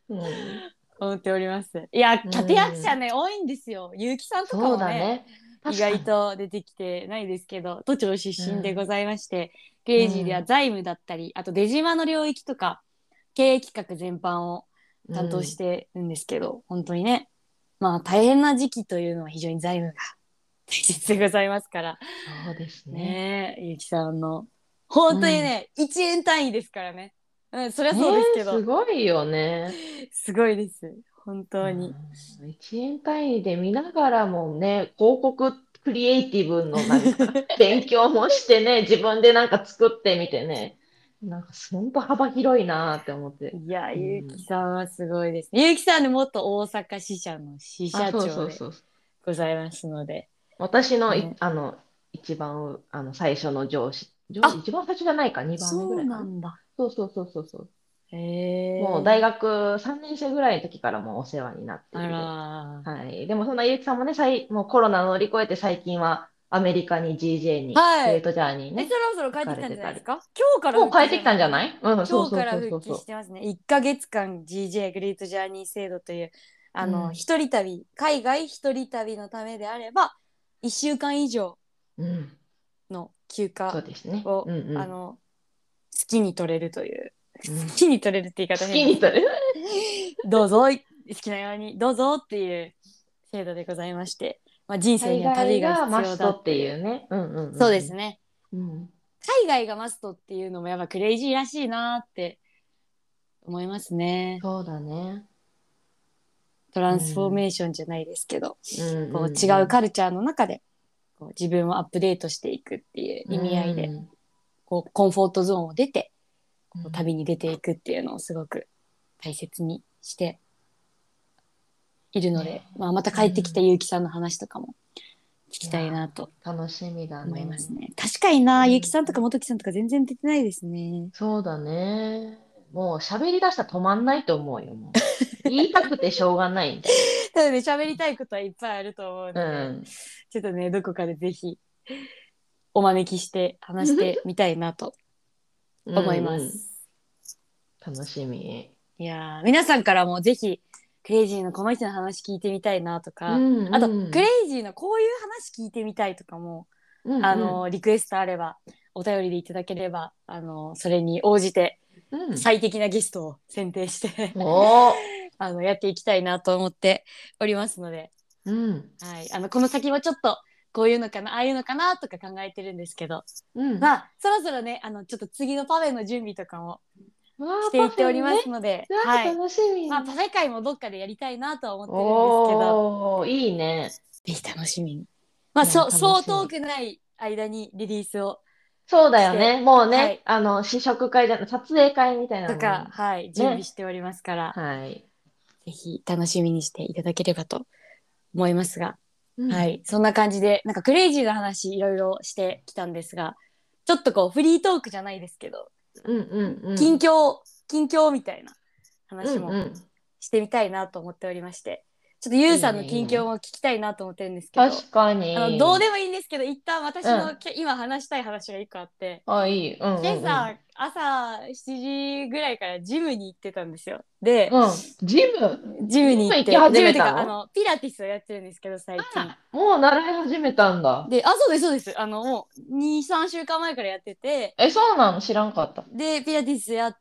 うん、 思っております。いや、 う立役者ん、 ね、多いんですよ。結城さんとかそうもね、 だね。 意確かに。 外と出てきてないですけど、都庁出うん、 身でございまして、クレイジーではうん、 財務だったり、あと出島の領域とか、経営企画全般をう担当しん。 てるんですけど、本当にね、まあ大変な時期というのは非常に財務が大切でございますから、 そうですね。 ねえ、結城さんの、本当にうん。 ね、いちえん単位ですからね。うん、そりゃねそうですえ、 けど、 すごいよね。 すごいです。本当に。 うん、いちえん単位で見ながらもね、広告クリエイティブのなんか勉強もしてね、自分でなんか作ってみてね、なんか本当幅広いなって思って。 いや、 うゆうきん。 さんはすごいですね。ゆうきさんでもっと大阪支社の支あ、 社そう長でそうそう。 ございますので。 私のい、 ね、 あの、一番、あの、最初の上司、上、 あ、 一番最初じゃないか、にばんめぐそうらいかな。 なんだ。 そうそうそうそうそう。 へもう大え。 学さんねん生ぐらいの時からもうお世話になってあいる。 ら。 はい。でもそんなゆうきさんもね、さい、もうコロナ乗り越えて最近はアメリカに ジージェー に、 はい。 グレートジャーニーえ、そね、 ろそろ行か帰ってきたんれてたり。 じゃないですか？今日から復帰じもう帰ってきたんじゃゃないかな。 ない？うん、そう今日そうから復帰そうそうそしてますね。いっかげつかん ジージェー グレートジャーニー制度という、あう。うの、 ん。 一人旅、海外一人旅のためであれば、いっしゅうかん以上うん。 の休暇そうですね。 を、 うんうん。 あの、好きに取れるという、 うん。 好きに取れるって言い好方変ですけど、 きにとれ。 どうぞ、好きなように、どうぞっていう制度でございまして、まあ、人生海には旅が外が必要マストってだっていう。 いうね。うんうんうそうんうん。 ですね。 うん。 海外がマストっていうのもやっぱクレイジーらしいなって思いますね。 そうだね。 トラうンスフォーメん。 ーションじゃないですけど、 うんうこう違うんカルチャーの中でこう自分をアップデートしていくっていううん。 意味合いで、 うん。 こうコンフォートゾーンを出て、こううん旅に出ていくっていうのをすごく大切にしているので、 ね。 まあ、またう帰ってきたん。 結城さんの話とかも聞きたいいやなとー、楽しみだ思いますね。 ね。確かにな、結城うん。 さんとか元木さんとか全然出てないですね。 そうだね。もう喋り出したら止まんないと思うよ、もう。言いたくてしょうがないみたいなので喋りたいことはいっぱいあると思うので、 な。 ちょっとね、どこかでぜひお招きしてうん。 話してみたいなとう思いんうん。 ます。 楽しみ。 いやー、皆さんからもぜひ、クレイジーのこの人の話聞いてみたいなとうか、あと、クレんうん。 イジーのこういう話聞いてみたいとかも、 うんうん。 あの、リクエストあれば、お便りでいただければ、あの、それに応じて、 うん。 最適なゲストを選定しておー。 あの、やっていきたいなと思っておりますので、 うん。 はい。あの、この先はちょっと、こういうのかな、ああいうのかなとか考えてるんですけど、 うん。 まあ、そろそろね、あの、ちょっと次のパフェの準備とかもわあ、 していパっておりまフェね。 すので、 わあ、 はい。 楽しまあ、パみ。 フェ会もどっかでやりたいなとは思ってるんですけど、 おー、いいね。 ぜひ楽しみに。まあ、 いや、 そう、そう遠楽しみ。 くない間にリリースをそうだして、 よね。もうね、 はい。 あの、試食会じゃな撮影会みたいなとか、 のもはい、準備しね。 ておりますから、 はい。 ぜひ楽しみにしていただければと思いますが、 うん。 はい、そんな感じで、なんかクレイジーな話いろいろしてきたんですが、ちょっとこうフリートークじゃないですけど、 うんうんうん。 近況、近況みたいな話もうんうん。 してみたいなと思っておりまして、ちょっとゆういいね、いさんの近いね。 況も聞きたいなと思ってるんですけど、 確かあの、どうでに。 もいいんですけど、一旦うん。 私のけ今話したい話が一個あって、 あ、いい。うんうんうん。 今朝、朝しちじぐらいからジムに行ってたんですよ。で、 うん。ジムジムジに行って、ジム行き始ムっていうか、あめたの？ の、ピラティスをやってるんですけど、最近。 あ、もう習い始めたんだ。 で、あ、そうです、そうです。あの、もう、に、さんしゅうかんまえからやってて、 え、そうなの？知らんかった。 で、ピラティスやって、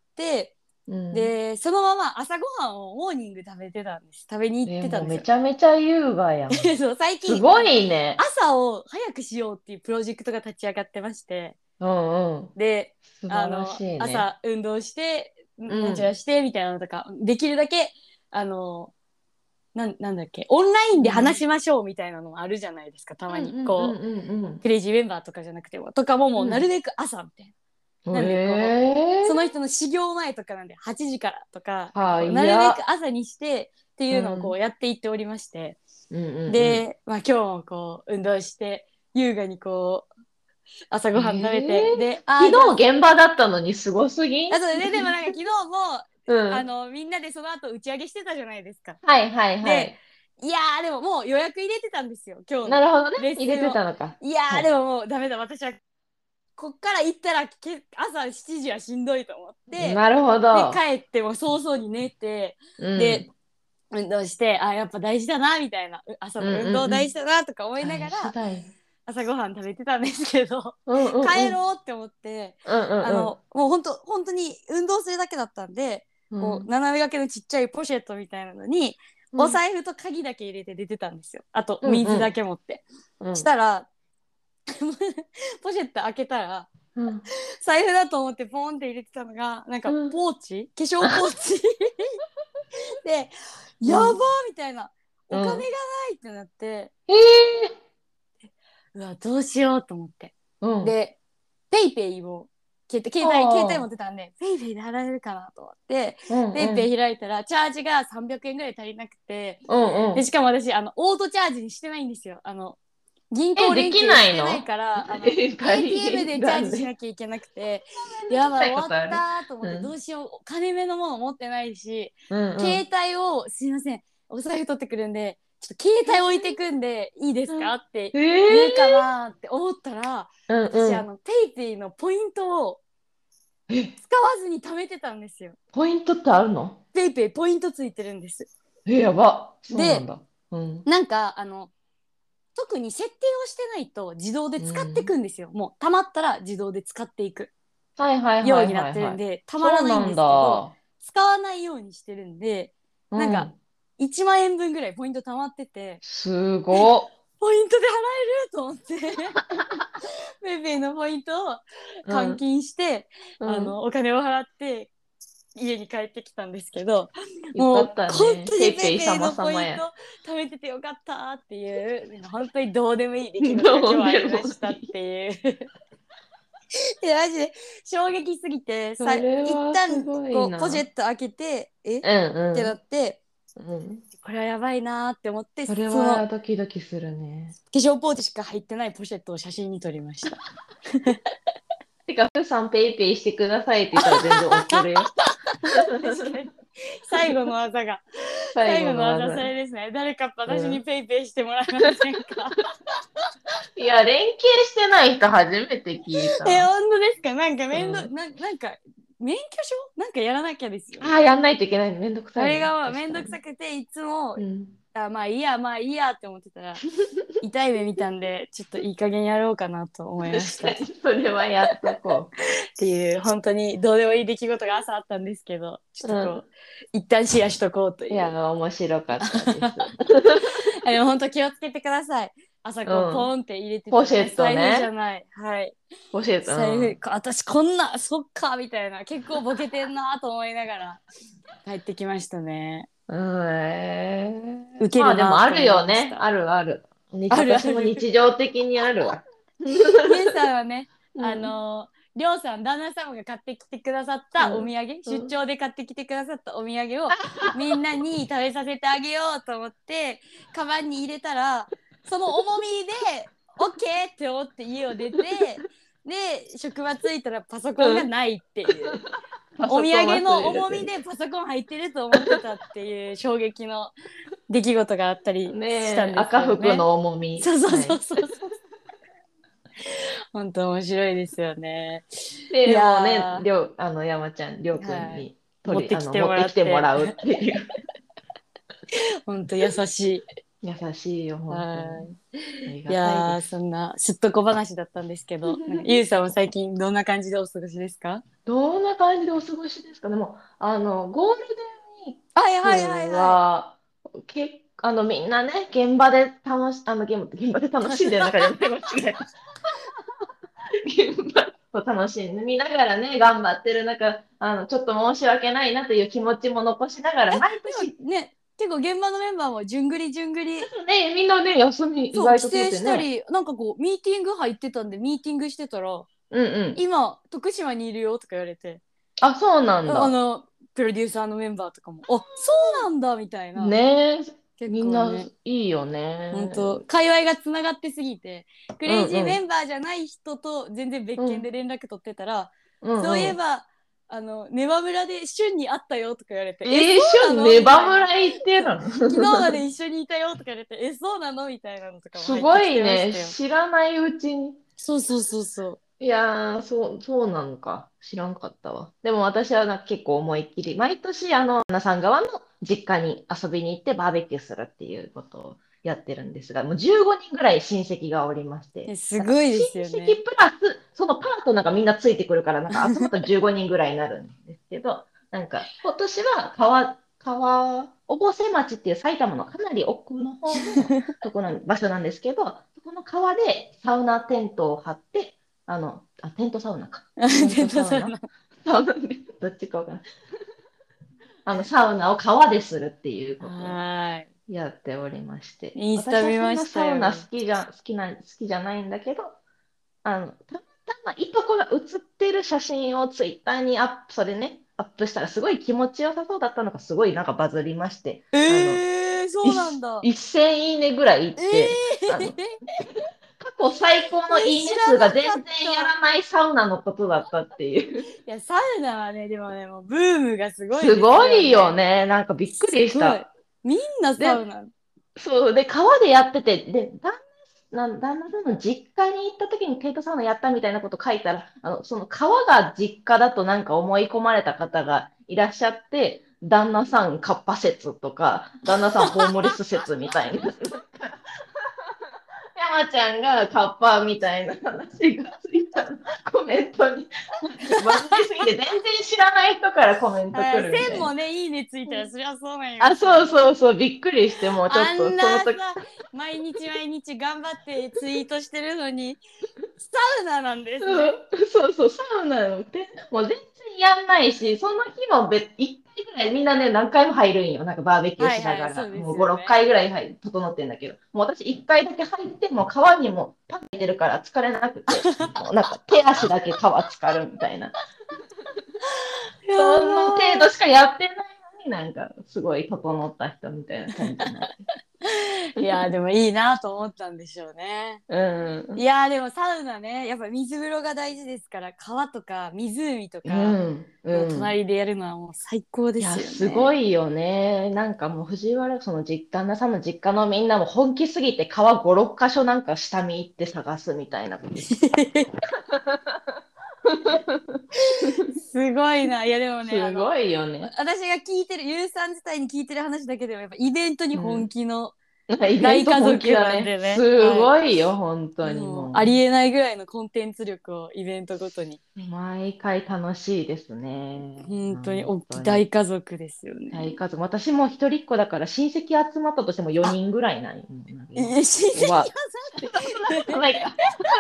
うん。 で、そのまま朝ごはんをモーニング食べてたんです。食べに行っえ、 てたんですよ。 もうめちゃめちゃ優雅やん。 そう、最近、あすごの、 いね。 朝を早くしようっていうプロジェクトが立ち上がってまして、 うんうん。 で、 素晴らしあの、 いね。 朝運動して、 うなんちゃらん。 して、みたいなのとか、できるだけ、あの、なん、なんだっけ、オンラインで話うん。 しましょうみたいなのもあるじゃないですか、たうんまに。 うんうんこう、 うんうん。 クレイジーメンバーとかじゃなくても、とかももうなるうん。 べく朝みたいな。なんでこう、そのええ人の始業前とかなんではちじからとか、 ー、 なんかこう、 はなるべくや。 朝にしてっていうのをこううん。 やっていっておりまして。 うんうんで、まあ今日もこう、運動して、優雅にこう、朝うん。 ごはん食べええて、で、あー、 あ、じゃあ、 昨日現場だったのにすごすぎん？ あとで、でもなんか昨日も、 うん。 あの、みんなでその後打ち上げしてたじゃないですか。 はいはいはで、 い。 いやーでももう予約入れてたんですよ、今日のなるほどね。 レッ入れスンを。 てたのか。 いやはい。 ーでももうダメだ、私はこっから行ったらけ朝しちじはしんどいと思って、 なるほど。 で帰っても早々に寝て、 うん、 で運動して、あやっぱ大事だなみたいな、朝の運動大事だなとか思いながら、 大事だよ。 朝ごはん食べてたんですけど、 うんうんうん、 帰ろうって思って、 うんうんうん、 あのもうほんと本当に運動するだけだったんで、うん、こう斜め掛けのちっちゃいポシェットみたいなのに、うん、お財布と鍵だけ入れて出てたんですよ。あと水だけ持って、うんうん、したらポシェット開けたら、うん、財布だと思ってポンって入れてたのがなんかポーチ、うん、化粧ポーチで、うん、やばーみたいな、お金がないってなって、うん、えー、うわどうしようと思って、うん、でペイペイを携帯携帯携帯持ってたんでペイペイで払えるかなと思って、うんうん、ペイペイ開いたらチャージがさんびゃくえんぐらい足りなくて、うんうん、でしかも私あのオートチャージにしてないんですよ。あの銀行連携してないからあの エーティーエム でチャージしなきゃいけなくてやばい終わったと思って、うん、どうしよう、金目のもの持ってないし、うんうん、携帯をすいませんお財布取ってくるんでちょっと携帯置いてくんでいいですかって言うかなって思ったら、えー、私あのペイペイのポイントを使わずに貯めてたんですよ。 ポイントってあるの？ ペイペイポイントついてるんです。 えやば。そうなんだ。 で、うん、なんかあの特に設定をしてないと自動で使っていくんですよ、うん、もう貯まったら自動で使っていくようになってるんで貯まらないんですけど使わないようにしてるんで、うん、なんかいちまんえんぶんぐらいポイント貯まってて、 すごっポイントで払えると思ってペイペイのポイントを換金して、うん、あのお金を払って家に帰ってきたんですけど、もう、ね、本当にペイペイのポイント貯めててよかったっていう本当にどうでもいい出来事が今日ありましたっていういやマジで衝撃すぎてさ一旦こうポジェット開けてえ、うんうん、ってなって、うん、これはやばいなって思って、 それはドキドキするね。 化粧ポーチしか入ってないポシェットを写真に撮りましたてか、ふーさんペイペイしてくださいって言ったら全然怒るよ。 確かに。最後の技が。最後の技それですね。誰か私にペイペイしてもらえませんか、 うん、いや、連携してない人初めて聞いた。 え、本当ですか？なんかめんど、うん、ななんか、免許証なんかやらなきゃですよ。 ああ、やんないといけない。めんどくさい、 ね。あれがめんどくさくて、いつも、うん、あまあいいや、まあいいやって思ってたら、痛い目見たんで、ちょっといい加減やろうかなと思いました。 それはやっとこう。 っていう、本当にどうでもいい出来事が朝あったんですけど、ちょっとこう、うん、一旦シェアしとこうという。 いや、面白かったです。 でも本当気をつけてください。朝こう、うん、ポンって入れてたら、ね、ポシェットね。 財布じゃない。はい。 ポシェット。 財布、うん、私こんな、そっか、みたいな、結構ボケてんなと思いながら帰ってきましたね。 うん、えー、受けるなと思いました。 まあでもあるよね。あるある。私も日常的にあるわ。 ゆうさんはね、あのー、りょうさん旦那様が買ってきてくださったお土産、うん、出張で買ってきてくださったお土産をみんなに食べさせてあげようと思ってカバンに入れたらその重みで オーケー って思って家を出てで職場着いたらパソコンがないっていう、うん、お土産の重みでパソコン入ってると思ってたっていう衝撃の出来事があったりしたんですよね。 赤服の重み。 そうそうそうそう、はい本当面白いですよね。 で、いやもうね、りょうあの山ちゃん、りょうくんに取り、はい、持ってきてもらって、持ってきてもらうっていう。 本当優しい。 優しいよ、本当に。いやそんなすっとこ話だったんですけど、ゆうさんは最近どんな感じでお過ごしですか？ どんな感じでお過ごしですか？でも、あの、ゴールデンウィークは、 はいはいはいはい、結あのみんなね、現場で楽し、あの現現場で楽しんでる中で間違えた。現場を楽しんで見ながらね、頑張ってる中、あのちょっと申し訳ないなという気持ちも残しながら、毎年ね、結構現場のメンバーもじゅんぐりじゅんぐり、 ね、みんなね、休み意外と帰省したり、なんかこうミーティング入ってたんでミーティングしてたら、うんうん、 今徳島にいるよとか言われて、 あ、そうなんだ。 あのプロデューサーのメンバーとかも、あ、そうなんだみたいな。 ねえ、みんないいよね。 本当、界隈がつながってすぎて、クレイジーメンバーじゃない人と全然別件で連絡取ってたら、うん、そういえば、うんうん、あのネバ村で旬に会ったよとか言われて、 えー、旬ネバ村行ってるの？ 昨日まで一緒にいたよとか言われて、え、そうなのみたいなのとかも入ってきてましたよ。すごいね、知らないうちに。 そうそうそうそう。 いやー、そう、そうなのか。知らんかったわ。でも私はな結構思いっきり、毎年あの、旦那さん側の実家に遊びに行ってバーベキューするっていうことをやってるんですが、もうじゅうごにんぐらい親戚がおりまして、 えすなんか親ごいですよね。 戚プラス、そのパートナーがみんなついてくるから、なんか集まったらじゅうごにんぐらいになるんですけど、なんか今年は川、川、越生町っていう埼玉のかなり奥の方のとこなん場所なんですけど、そこの川でサウナテントを張って、あの、あ、テントサウナか。テンテントサウナトサウナ。 サウナで、どっちかわからない。あの、サウナを川でするっていうことをはやっておりまして。 い。インスタ私はそんな見ましたサウナ好よ。 きじゃ、好きな、好きじゃないんだけど、あの、たまたまいとこが写ってる写真をツイッターにアップ、それね、アップしたらすごい気持ちよさそうだったのがすごいなんかバズりまして、あの、 えー、そうなんいだ。 せんいいねぐらいいっえて、あの、 ー、 過去最高のえ、 いいね知ら数が全なかっ然やた。 らないサウナのことだったっていう。 いや、サウナはね、でもね、もうブームがすごいすですごいよよね。 ね。なんかびっくすごい。 りした。 みんなサウで、 ナ。 そう、で、川でやってて、で、旦那、な旦那さんの実家に行った時にテントサウナやったみたいなこと書いたら、あの、その川が実家だとなんか思い込まれた方がいらっしゃって、旦那さんカッパ説とか、旦那さんホームレス説みたいな。山ちゃんがカッパーみたいな話がついたコメントに、バズりすぎて全然知らない人からコメント来はい、 るみたいな。 線もね、いいねついたら、そりゃそうなりまあ、 すよそうね。 そうそう、びっくりして、もうちょっとあんなその時、 さ、毎日毎日頑張ってツイートしてるのに、サウナなんですね。 そうそうそう、サウナのて、もう全然やんないし、その日も別、いっかいぐらいみんなね、何回も入るんよ。なんかバーベキューはいはい、そしながら。 うでもうご、6 すよね。 回ぐらい入整ってんだけど、もう私いっかいだけ入って、もう川にもパン入れるから疲れなくて、もうなんか手足だけ川浸かるみたいな。 やその程度ばしかやってないのになんかすごい整った人みたいな感じになって。 ー。いやー、でもいいなと思ったんでしょうね。 うん。 いやー、でもサウナね、やっぱ水風呂が大事ですから、川とか湖とうかん。 のうん。 隣でやるのはもう最高でいや、 すよすごね。 いよね。なんかもう藤原、その実旦那さんの実家のみんなも本気すぎて川ご、ろっかしょなんか下見行って探すみたいなことして。 すごいな。いやでもね、あの、 すごいよね。 私が聞いてる、ゆうさん自体に聞いてる話だけでも、やっぱイベントにうん。 本気のなんかイベン大ト本気家族だね。 なんでね。 すはい。 ごいよ、本当にもう、あもりえないぐらいのコンテンツ力をイベントごとに。 う。毎回楽しいですね。 本当に本大きい当に。 大家族ですよね。 大家族。私も一人っ子だから親戚集まったとしてもよにんぐらいなんよ。なんか今え、親戚がは。 さって。 そんなことないか。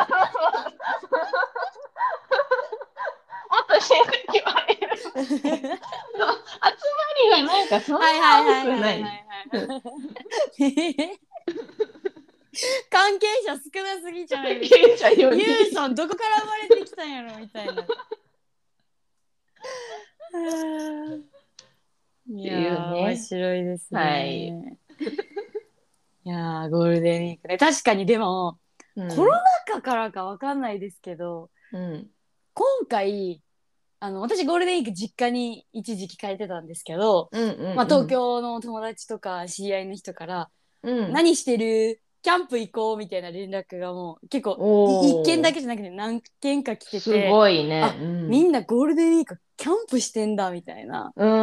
もっと親戚はいるかもしれない。そう集まりがなんかそんなはいはい多はいはいはいくない。 はい。関係者少なすぎじゃないですか。 ケイちゃんゆ 4 うさんどこから生まれてきたんやろみたいな。いっていうやー面ね。 白いですはい。 ね。いやーゴールデンウィークね。確かにでもコロうん。 ナ禍からかわかんないですけど、 うん。 今回あの私ゴールデンウィーク実家に一時期帰ってたんですけど、 うんまあ、東うん京の友達とか知り合いの人からうん。うん。 「何してる？キャンプ行こう」みたいな連絡がもう結構い一件だおー。 けじゃなくて何件か来てすて、 ごいね。 あ、 うん。 みんなゴールデンウィークキャンプしてんだみたいな。 うん。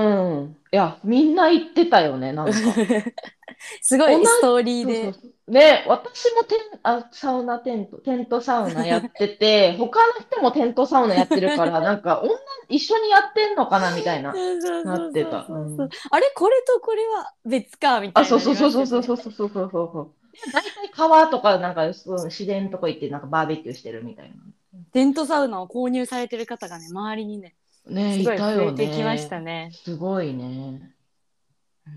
いや、みんな言ってたよね、なんか。 すご同じ、 いストーリーで。 そうそうそう。ね、私もテン、あ、サウナテント、テントサウナやってて、他の人もテントサウナやってるから、なんか、女、一緒にやってんのかなみたいな、 そうそうなそうそうってた。うそうそう。 ん。 あれこれとこれは別かみたあ、 いになりそうそうそうそうますよね。 そうそうそうそうそうそう。大体川とか、なんか、そう自然のとこ行って、なんかバーベキューしてるみたいな。 テントサウナを購入されてる方がね周りにねね、 すごい増えいたよてきましたね。 ね。 すごいね。うん。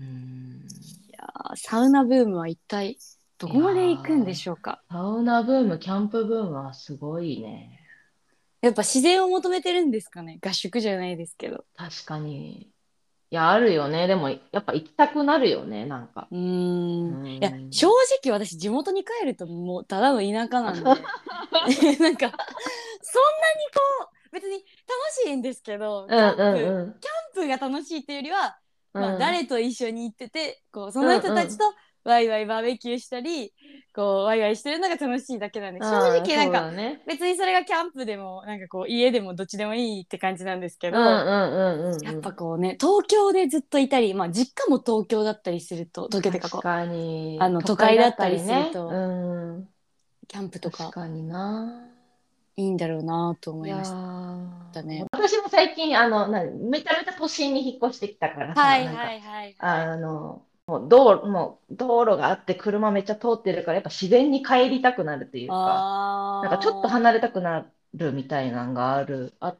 いやーサウナブームは一体どいやこまで行くんでー、 しょうか。 サウナブーム、キャンプブームはすごいね。 やっぱ自然を求めてるんですかね、合宿じゃないですけど。 確かに。いや、あるよね。でも、やっぱ行きたくなるよね、なんか。 うーうん、いやん。 正直私地元に帰るともうただの田舎なんでなんかそんなにこう別に楽しいんですけど、 うんキャンプうんキャンプが楽しいっていうよりは、 うん。 まあ、 うん。 誰と一緒に行っててこうそのうん人たちとうん。 ワイワイバーベキューしたりこうワイワイしてるのが楽しいだけなんで、正直なんか、ね、別にそれがキャンプでもなんかこう家でもどっちでもいいって感じなんですけど、やっぱこうね東京でずっといたり、まあ実家も東京だったりすると、東京っていうかこうあの都会だったりすると、ね、うん、キャンプとか確かにないいんだろうなと思いましたね。 私も最近あのなめちゃめちゃ都心に引っ越してきたからさ、 はいはいはい、はい、 あのもう道路もう道路があって車めっちゃ通ってるからやっぱ自然に帰りたくなるっていうか、なんかちょっと離れたくなるみたいなのがあるあって、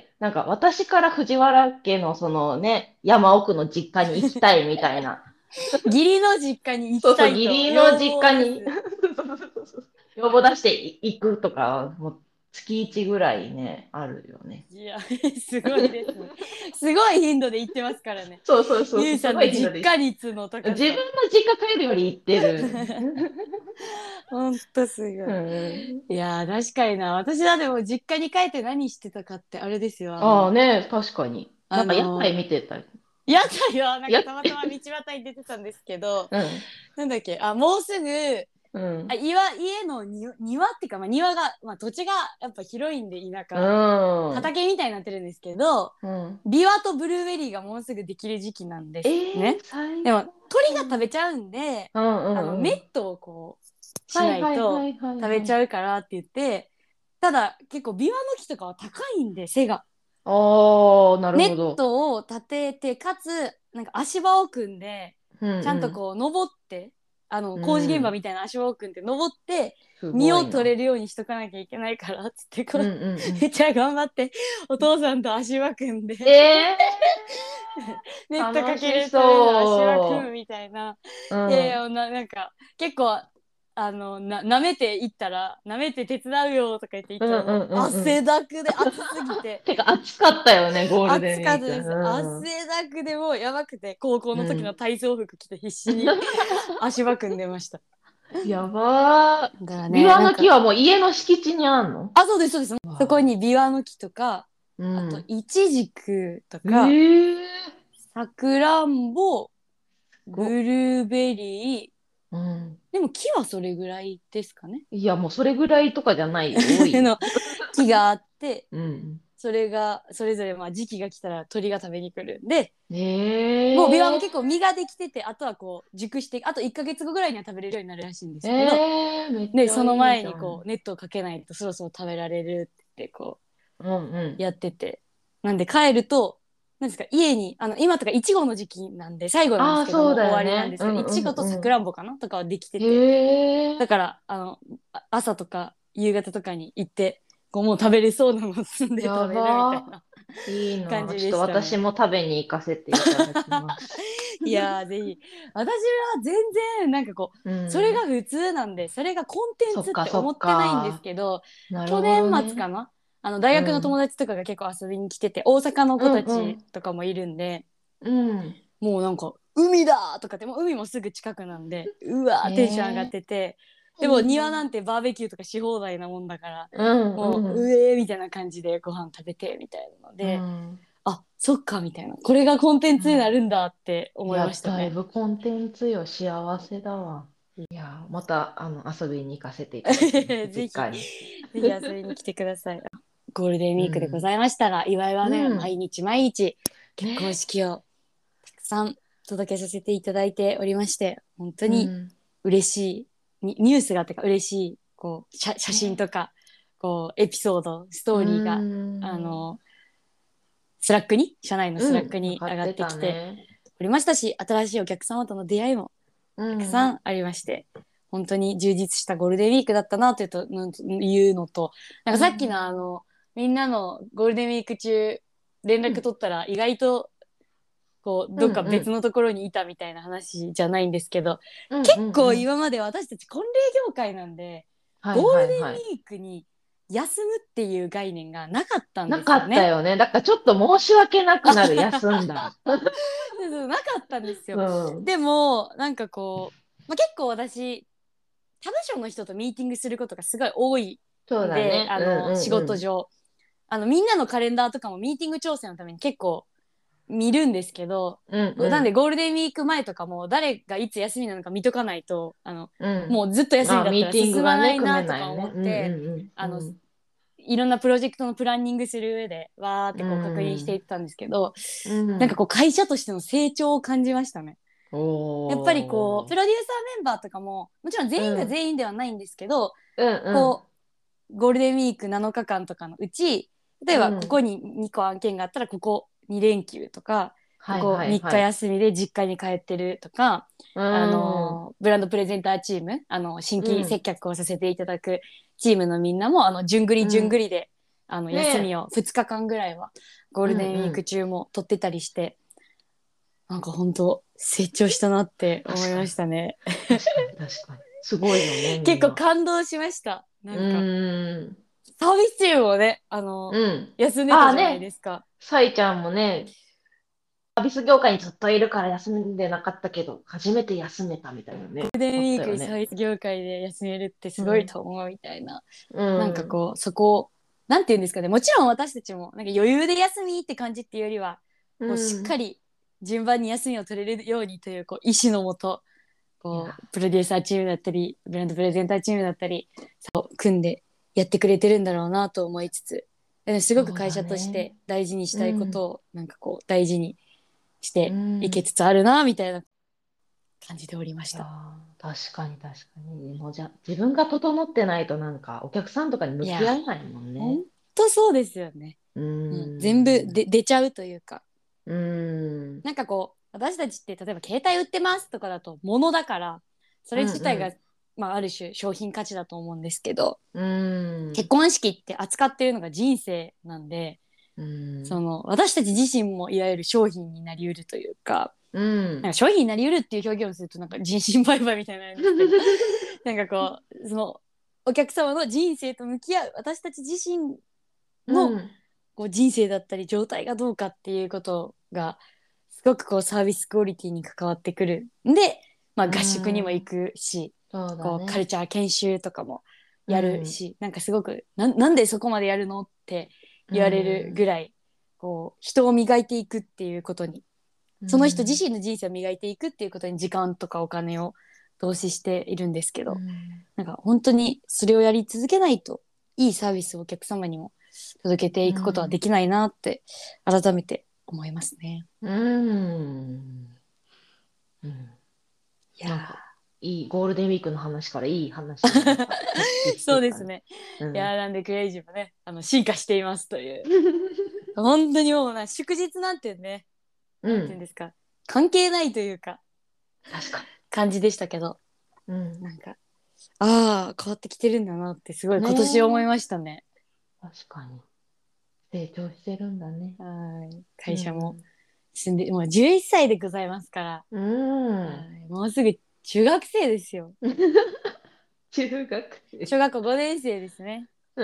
なんか私から藤原家のそのね山奥の実家に行きたいみたいな義理の実家に行きたいと、 そうそう義理の実家に要望出していくとかもう月いちぐらいねあるよね。 いやすごいですね。すごい頻度で行ってますからね。 そうそうそう。 ゆうさんの実家率の高さ。 自分の実家帰るより行ってる。 ほんとすごい。うん、いや確かにな。私はでも実家に帰って何してたかってあれですよ。 ああね確かに。なんか屋台見てたり。 屋台はなんかたまたま道端に出てたんですけど、うん、なんだっけ、あもうすぐ。うん、あ岩家の庭っていうか、まあ、庭が、まあ、土地がやっぱ広いんで田舎、うん、畑みたいになってるんですけど、うん、ビワとブルーベリーがもうすぐできる時期なんですね、えー、でも鳥が食べちゃうんで、うんうんうん、あのネットをこうしないと食べちゃうからって言って、ただ結構ビワの木とかは高いんで背が、 あーなるほど、 ネットを立ててかつなんか足場を組んで、うんうん、ちゃんとこう登ってあの工事現場みたいな足場を組んで登って実を取れるようにしとかなきゃいけないからっつってこう、うんうんうん、めっちゃ頑張ってお父さんと足場組んで、えー、ネットかけるための足場組むみたいな、うん、いやななんか結構あのな舐めていったら舐めて手伝うよとか言って言ったら、うんうんうんうん、汗だくで暑すぎててか暑かったよねゴールデンウィーク。 暑かったです、うん、汗だくでもうやばくて高校の時の体操服着て必死に足場組んでました。 やばー、だからね、ビワの木はもう家の敷地にあんの？ あ、そうですそうです。そこにビワの木とか、うん、あとイチジクとか、さくらんぼ、ブルーベリー、うん、でも木はそれぐらいですかね。 いやもうそれぐらいとかじゃないよ多いの木があって、うん、それがそれぞれまあ時期が来たら鳥が食べに来るんで、えー、もうビワも結構実ができてて、あとはこう熟してあといっかげつごぐらいには食べれるようになるらしいんですけど、えー、めっちゃいいじゃん。でその前にこうネットをかけないとそろそろ食べられるってこう、うんうん、やってて、なんで帰るとなんですか家にあの今とかいちごの時期なんで最後なんですけど、ね、終わりなんですけど、いちごとさくらんぼかなとかはできてて、だからあの朝とか夕方とかに行ってこうもう食べれそうなの積んで食べるみたいな。 いいな、感じでしたね。ちょっと私も食べに行かせていただきます。 いやーぜひ。私は全然なんかこう、うん、それが普通なんでそれがコンテンツって思ってないんですけど、ど去年末かな、あの大学の友達とかが結構遊びに来てて、うん、大阪の子たちとかもいるんで、うんうん、もうなんか海だとかってもう海もすぐ近くなんでうわーテンション上がってて、でも庭なんてバーベキューとかし放題なもんだから、うん、もう、うん、うえーみたいな感じでご飯食べてみたいなので、うん、あそっかみたいな、これがコンテンツになるんだって思いましたね。 うん、いやだいぶコンテンツよ、幸せだわ。いやまたあの遊びに行かせていただきますぜひぜひ遊びに来てください。ゴールデンウィークでございましたが、うん、岩井はね、うん、毎日毎日結婚式をたくさん届けさせていただいておりまして、本当に嬉しい、うん、ニュースがあってか嬉しいこう 写, 写真とか、こうエピソードストーリーが、うん、あのスラックに社内のスラックに上がってきておりましたし、うん、新しいお客様との出会いもたくさんありまして、うん、本当に充実したゴールデンウィークだったなというというのと、なんかさっきのあの、うん、みんなのゴールデンウィーク中連絡取ったら意外とこうどっか別のところにいたみたいな話じゃないんですけど、うんうん、結構今まで私たち婚礼業界なんで、うんうん、ゴールデンウィークに休むっていう概念がなかったんですよね。 なかったよね。だからちょっと申し訳なくなる休んだそうなかったんですよ、うん、でもなんかこう、まあ、結構私他部署の人とミーティングすることがすごい多いんで、ね、あの、うんうんうん、仕事上あのみんなのカレンダーとかもミーティング調整のために結構見るんですけど、 うんうん、 なんでゴールデンウィーク前とかも誰がいつ休みなのか見とかないと、あの、 うん。 もうずっと休みあ、 だったらミーティング進まながね、組めいなとかないね。うん思って、あの、 うんうんいろんなプロジェクトのプランニングする上で、わーっうてこう確認していん。 ったんですけど、 うん。うん。 なんかこう会社としての成長を感じましたね。やっぱりこう、プおー。 ロデューサーメンバーとかも、もちろん全員がうん。 全員ではないんですけど、 うんこう、ゴールデンウィークなのかかんとかのうち、例えうん。うん。 ばここににこ案件があったら、ここに連休とか、こはいこ3 はいはい。 日休みで実家に帰ってるとか、 うあん。 の、ブランドプレゼンターチーム、あの、新規接うん。 客をさせていただくチームのみんなも、あの、順繰り順繰うん。 りで、あの、 ねえ。 休みをふつかかんぐらいは、ゴーうんルデンウィークうん。 中も取ってたりして、なんか本当成長したなって思い確かに。 ましたね。 確かに確かに。すごいよね、み結構んな。 感動しました。なうんか、 ーん。 サービスチームもね、あの、 うん。 休んでたじゃないでああね、 すか。 さいちゃんもね、サービス業界にずっといるから休んでなかったけど、初めて休めたみたいなね。 ゴールデンあっウィークにサーたよね。 ビス業界で休めるってすごいうん。 と思うみたいな。 うなんかん。 こう、そこ、なんて言うんですかね。もちろん私たちも、なんか余裕で休みって感じっていうよりは、 うこう、しっかん。 り順番に休みを取れるようにという、こう、意思のもと、 いや、 こう、プロデューサーチームだったり、ブランドプレゼンターチームだったり、そう組んでやってくれてるんだろうなと思いつつ、すごくそうだ会社としてね。 大事にしうん。 たいことを、なんかこう、大事にしうていけん。 つつあるな、みたいな感じておりましいやた。 ー、確かに確かに。もうじゃ、自分が整ってないとなんかお客さんとかに向きいや、 合えないもんね。 ほんとそうですよね。 うーうん、全部ん。 で出ちゃうというか、 うーん。 なんかこう、私たちって例えば携帯売ってますとかだと物だから、そうれ自体が、 んまあ、ある種商品価値だと思うんですけど、 うん。うーん。 結婚式って扱っているのが人生なんで、 うーん。 その私たち自身もいわゆる商品になりうるというか、 うん。 なんか商品になりうるっていう表現をするとなんか人身売買みたいになるんですけど、なんかこう、そのお客様の人生と向き合う私たち自身のうん。 こう人生だったり状態がどうかっていうことがすごくこうサービスクオリティに関わってくるんで、まあ、 う合宿にも行ん。 くし、 そうだこうカルね。 チャー研修とかもやるうん。 し、なんかすごくな、なんでそこまでやるのってう言われるぐん。 らいこう人を磨いていくっていうことに、 うその人自ん。 身の人生を磨いていくっていうことに時間とかお金を投資しているんですけうど、 ん。 なんか本当にそれをやり続けないといいサービスをお客様にも届けてういくことはでん。 きないなって改めて思いますね。 うん。うん。 いやなんか、いい、ゴールデンウィークの話からいい話になった。キャッチーしそてたね。 うですね。 うん。 いやーなんでクレイジーもね、あの進化していますという。本当にもうな祝日なんてね、なんて言うんうん。 ですか、関係ないというか確か感じでしたけど、 に。うん。 なんかああ変わってきてるんだなってすごいね今年思いまえ。 したね。 確かに。成長してるんだね。 はいう会社もん。 住んでもうじゅういっさいでございますから、 うはん。 いもうすぐ中学生ですよ。 中学生。 小学校ごねん生ですね。 うん。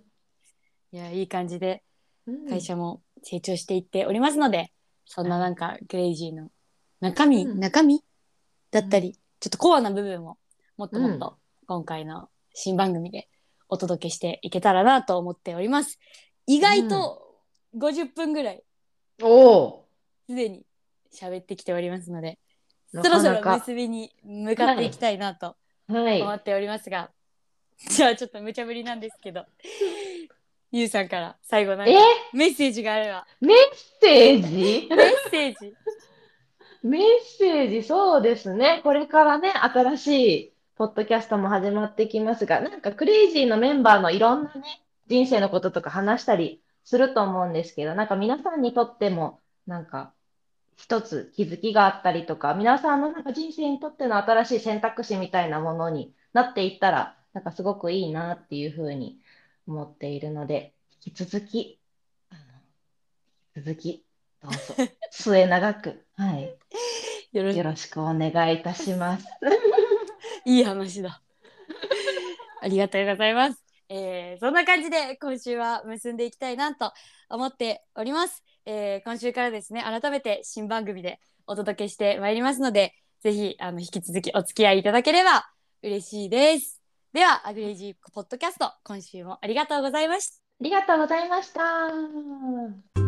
いやいい感じでうん。 会社も成長していっておりますので、そんなはい。 なんかクレイジーの中身うん。 中身だうん。 ったりちょっとコアな部分をもっとうん。 もっと今回の新番組でお届けしていけたらなと思っております。意う外ん。 とごじゅっぷんぐらいおお。 すでに喋ってきておりますので、 なかそろそろなか。 結びに向かっていきはい。 たいなとはい。 思っておりますが、じゃあちょっと無茶ぶりなんですけど、ゆうさんから最後なんえ、 かメッセージがあれば。 メッセージ。 メッセージ。 メッセージ、そうですね。これからね、新しいポッドキャストも始まってきますが、なんかクレイジーのメンバーのいろんなね、人生のこととか話したりすると思うんですけど、なんか皆さんにとっても、なんか一つ気づきがあったりとか、皆さんのなんか人生にとっての新しい選択肢みたいなものになっていったら、なんかすごくいいなっていうふうに思っているので、引き続き、あの続き、どうぞ、末永く、はい、 よろしよろしくお願いいたします。 いい話だ。ありがとうございます。えー、そんな感じで今週は結んでいきたいなと思っております。えー、今週からですね、改めて新番組でお届けしてまいりますので、ぜひあの引き続きお付き合いいただければ嬉しいです。では、アグレイジーポッドキャスト、今週もありがとうございました。 ありがとうございました。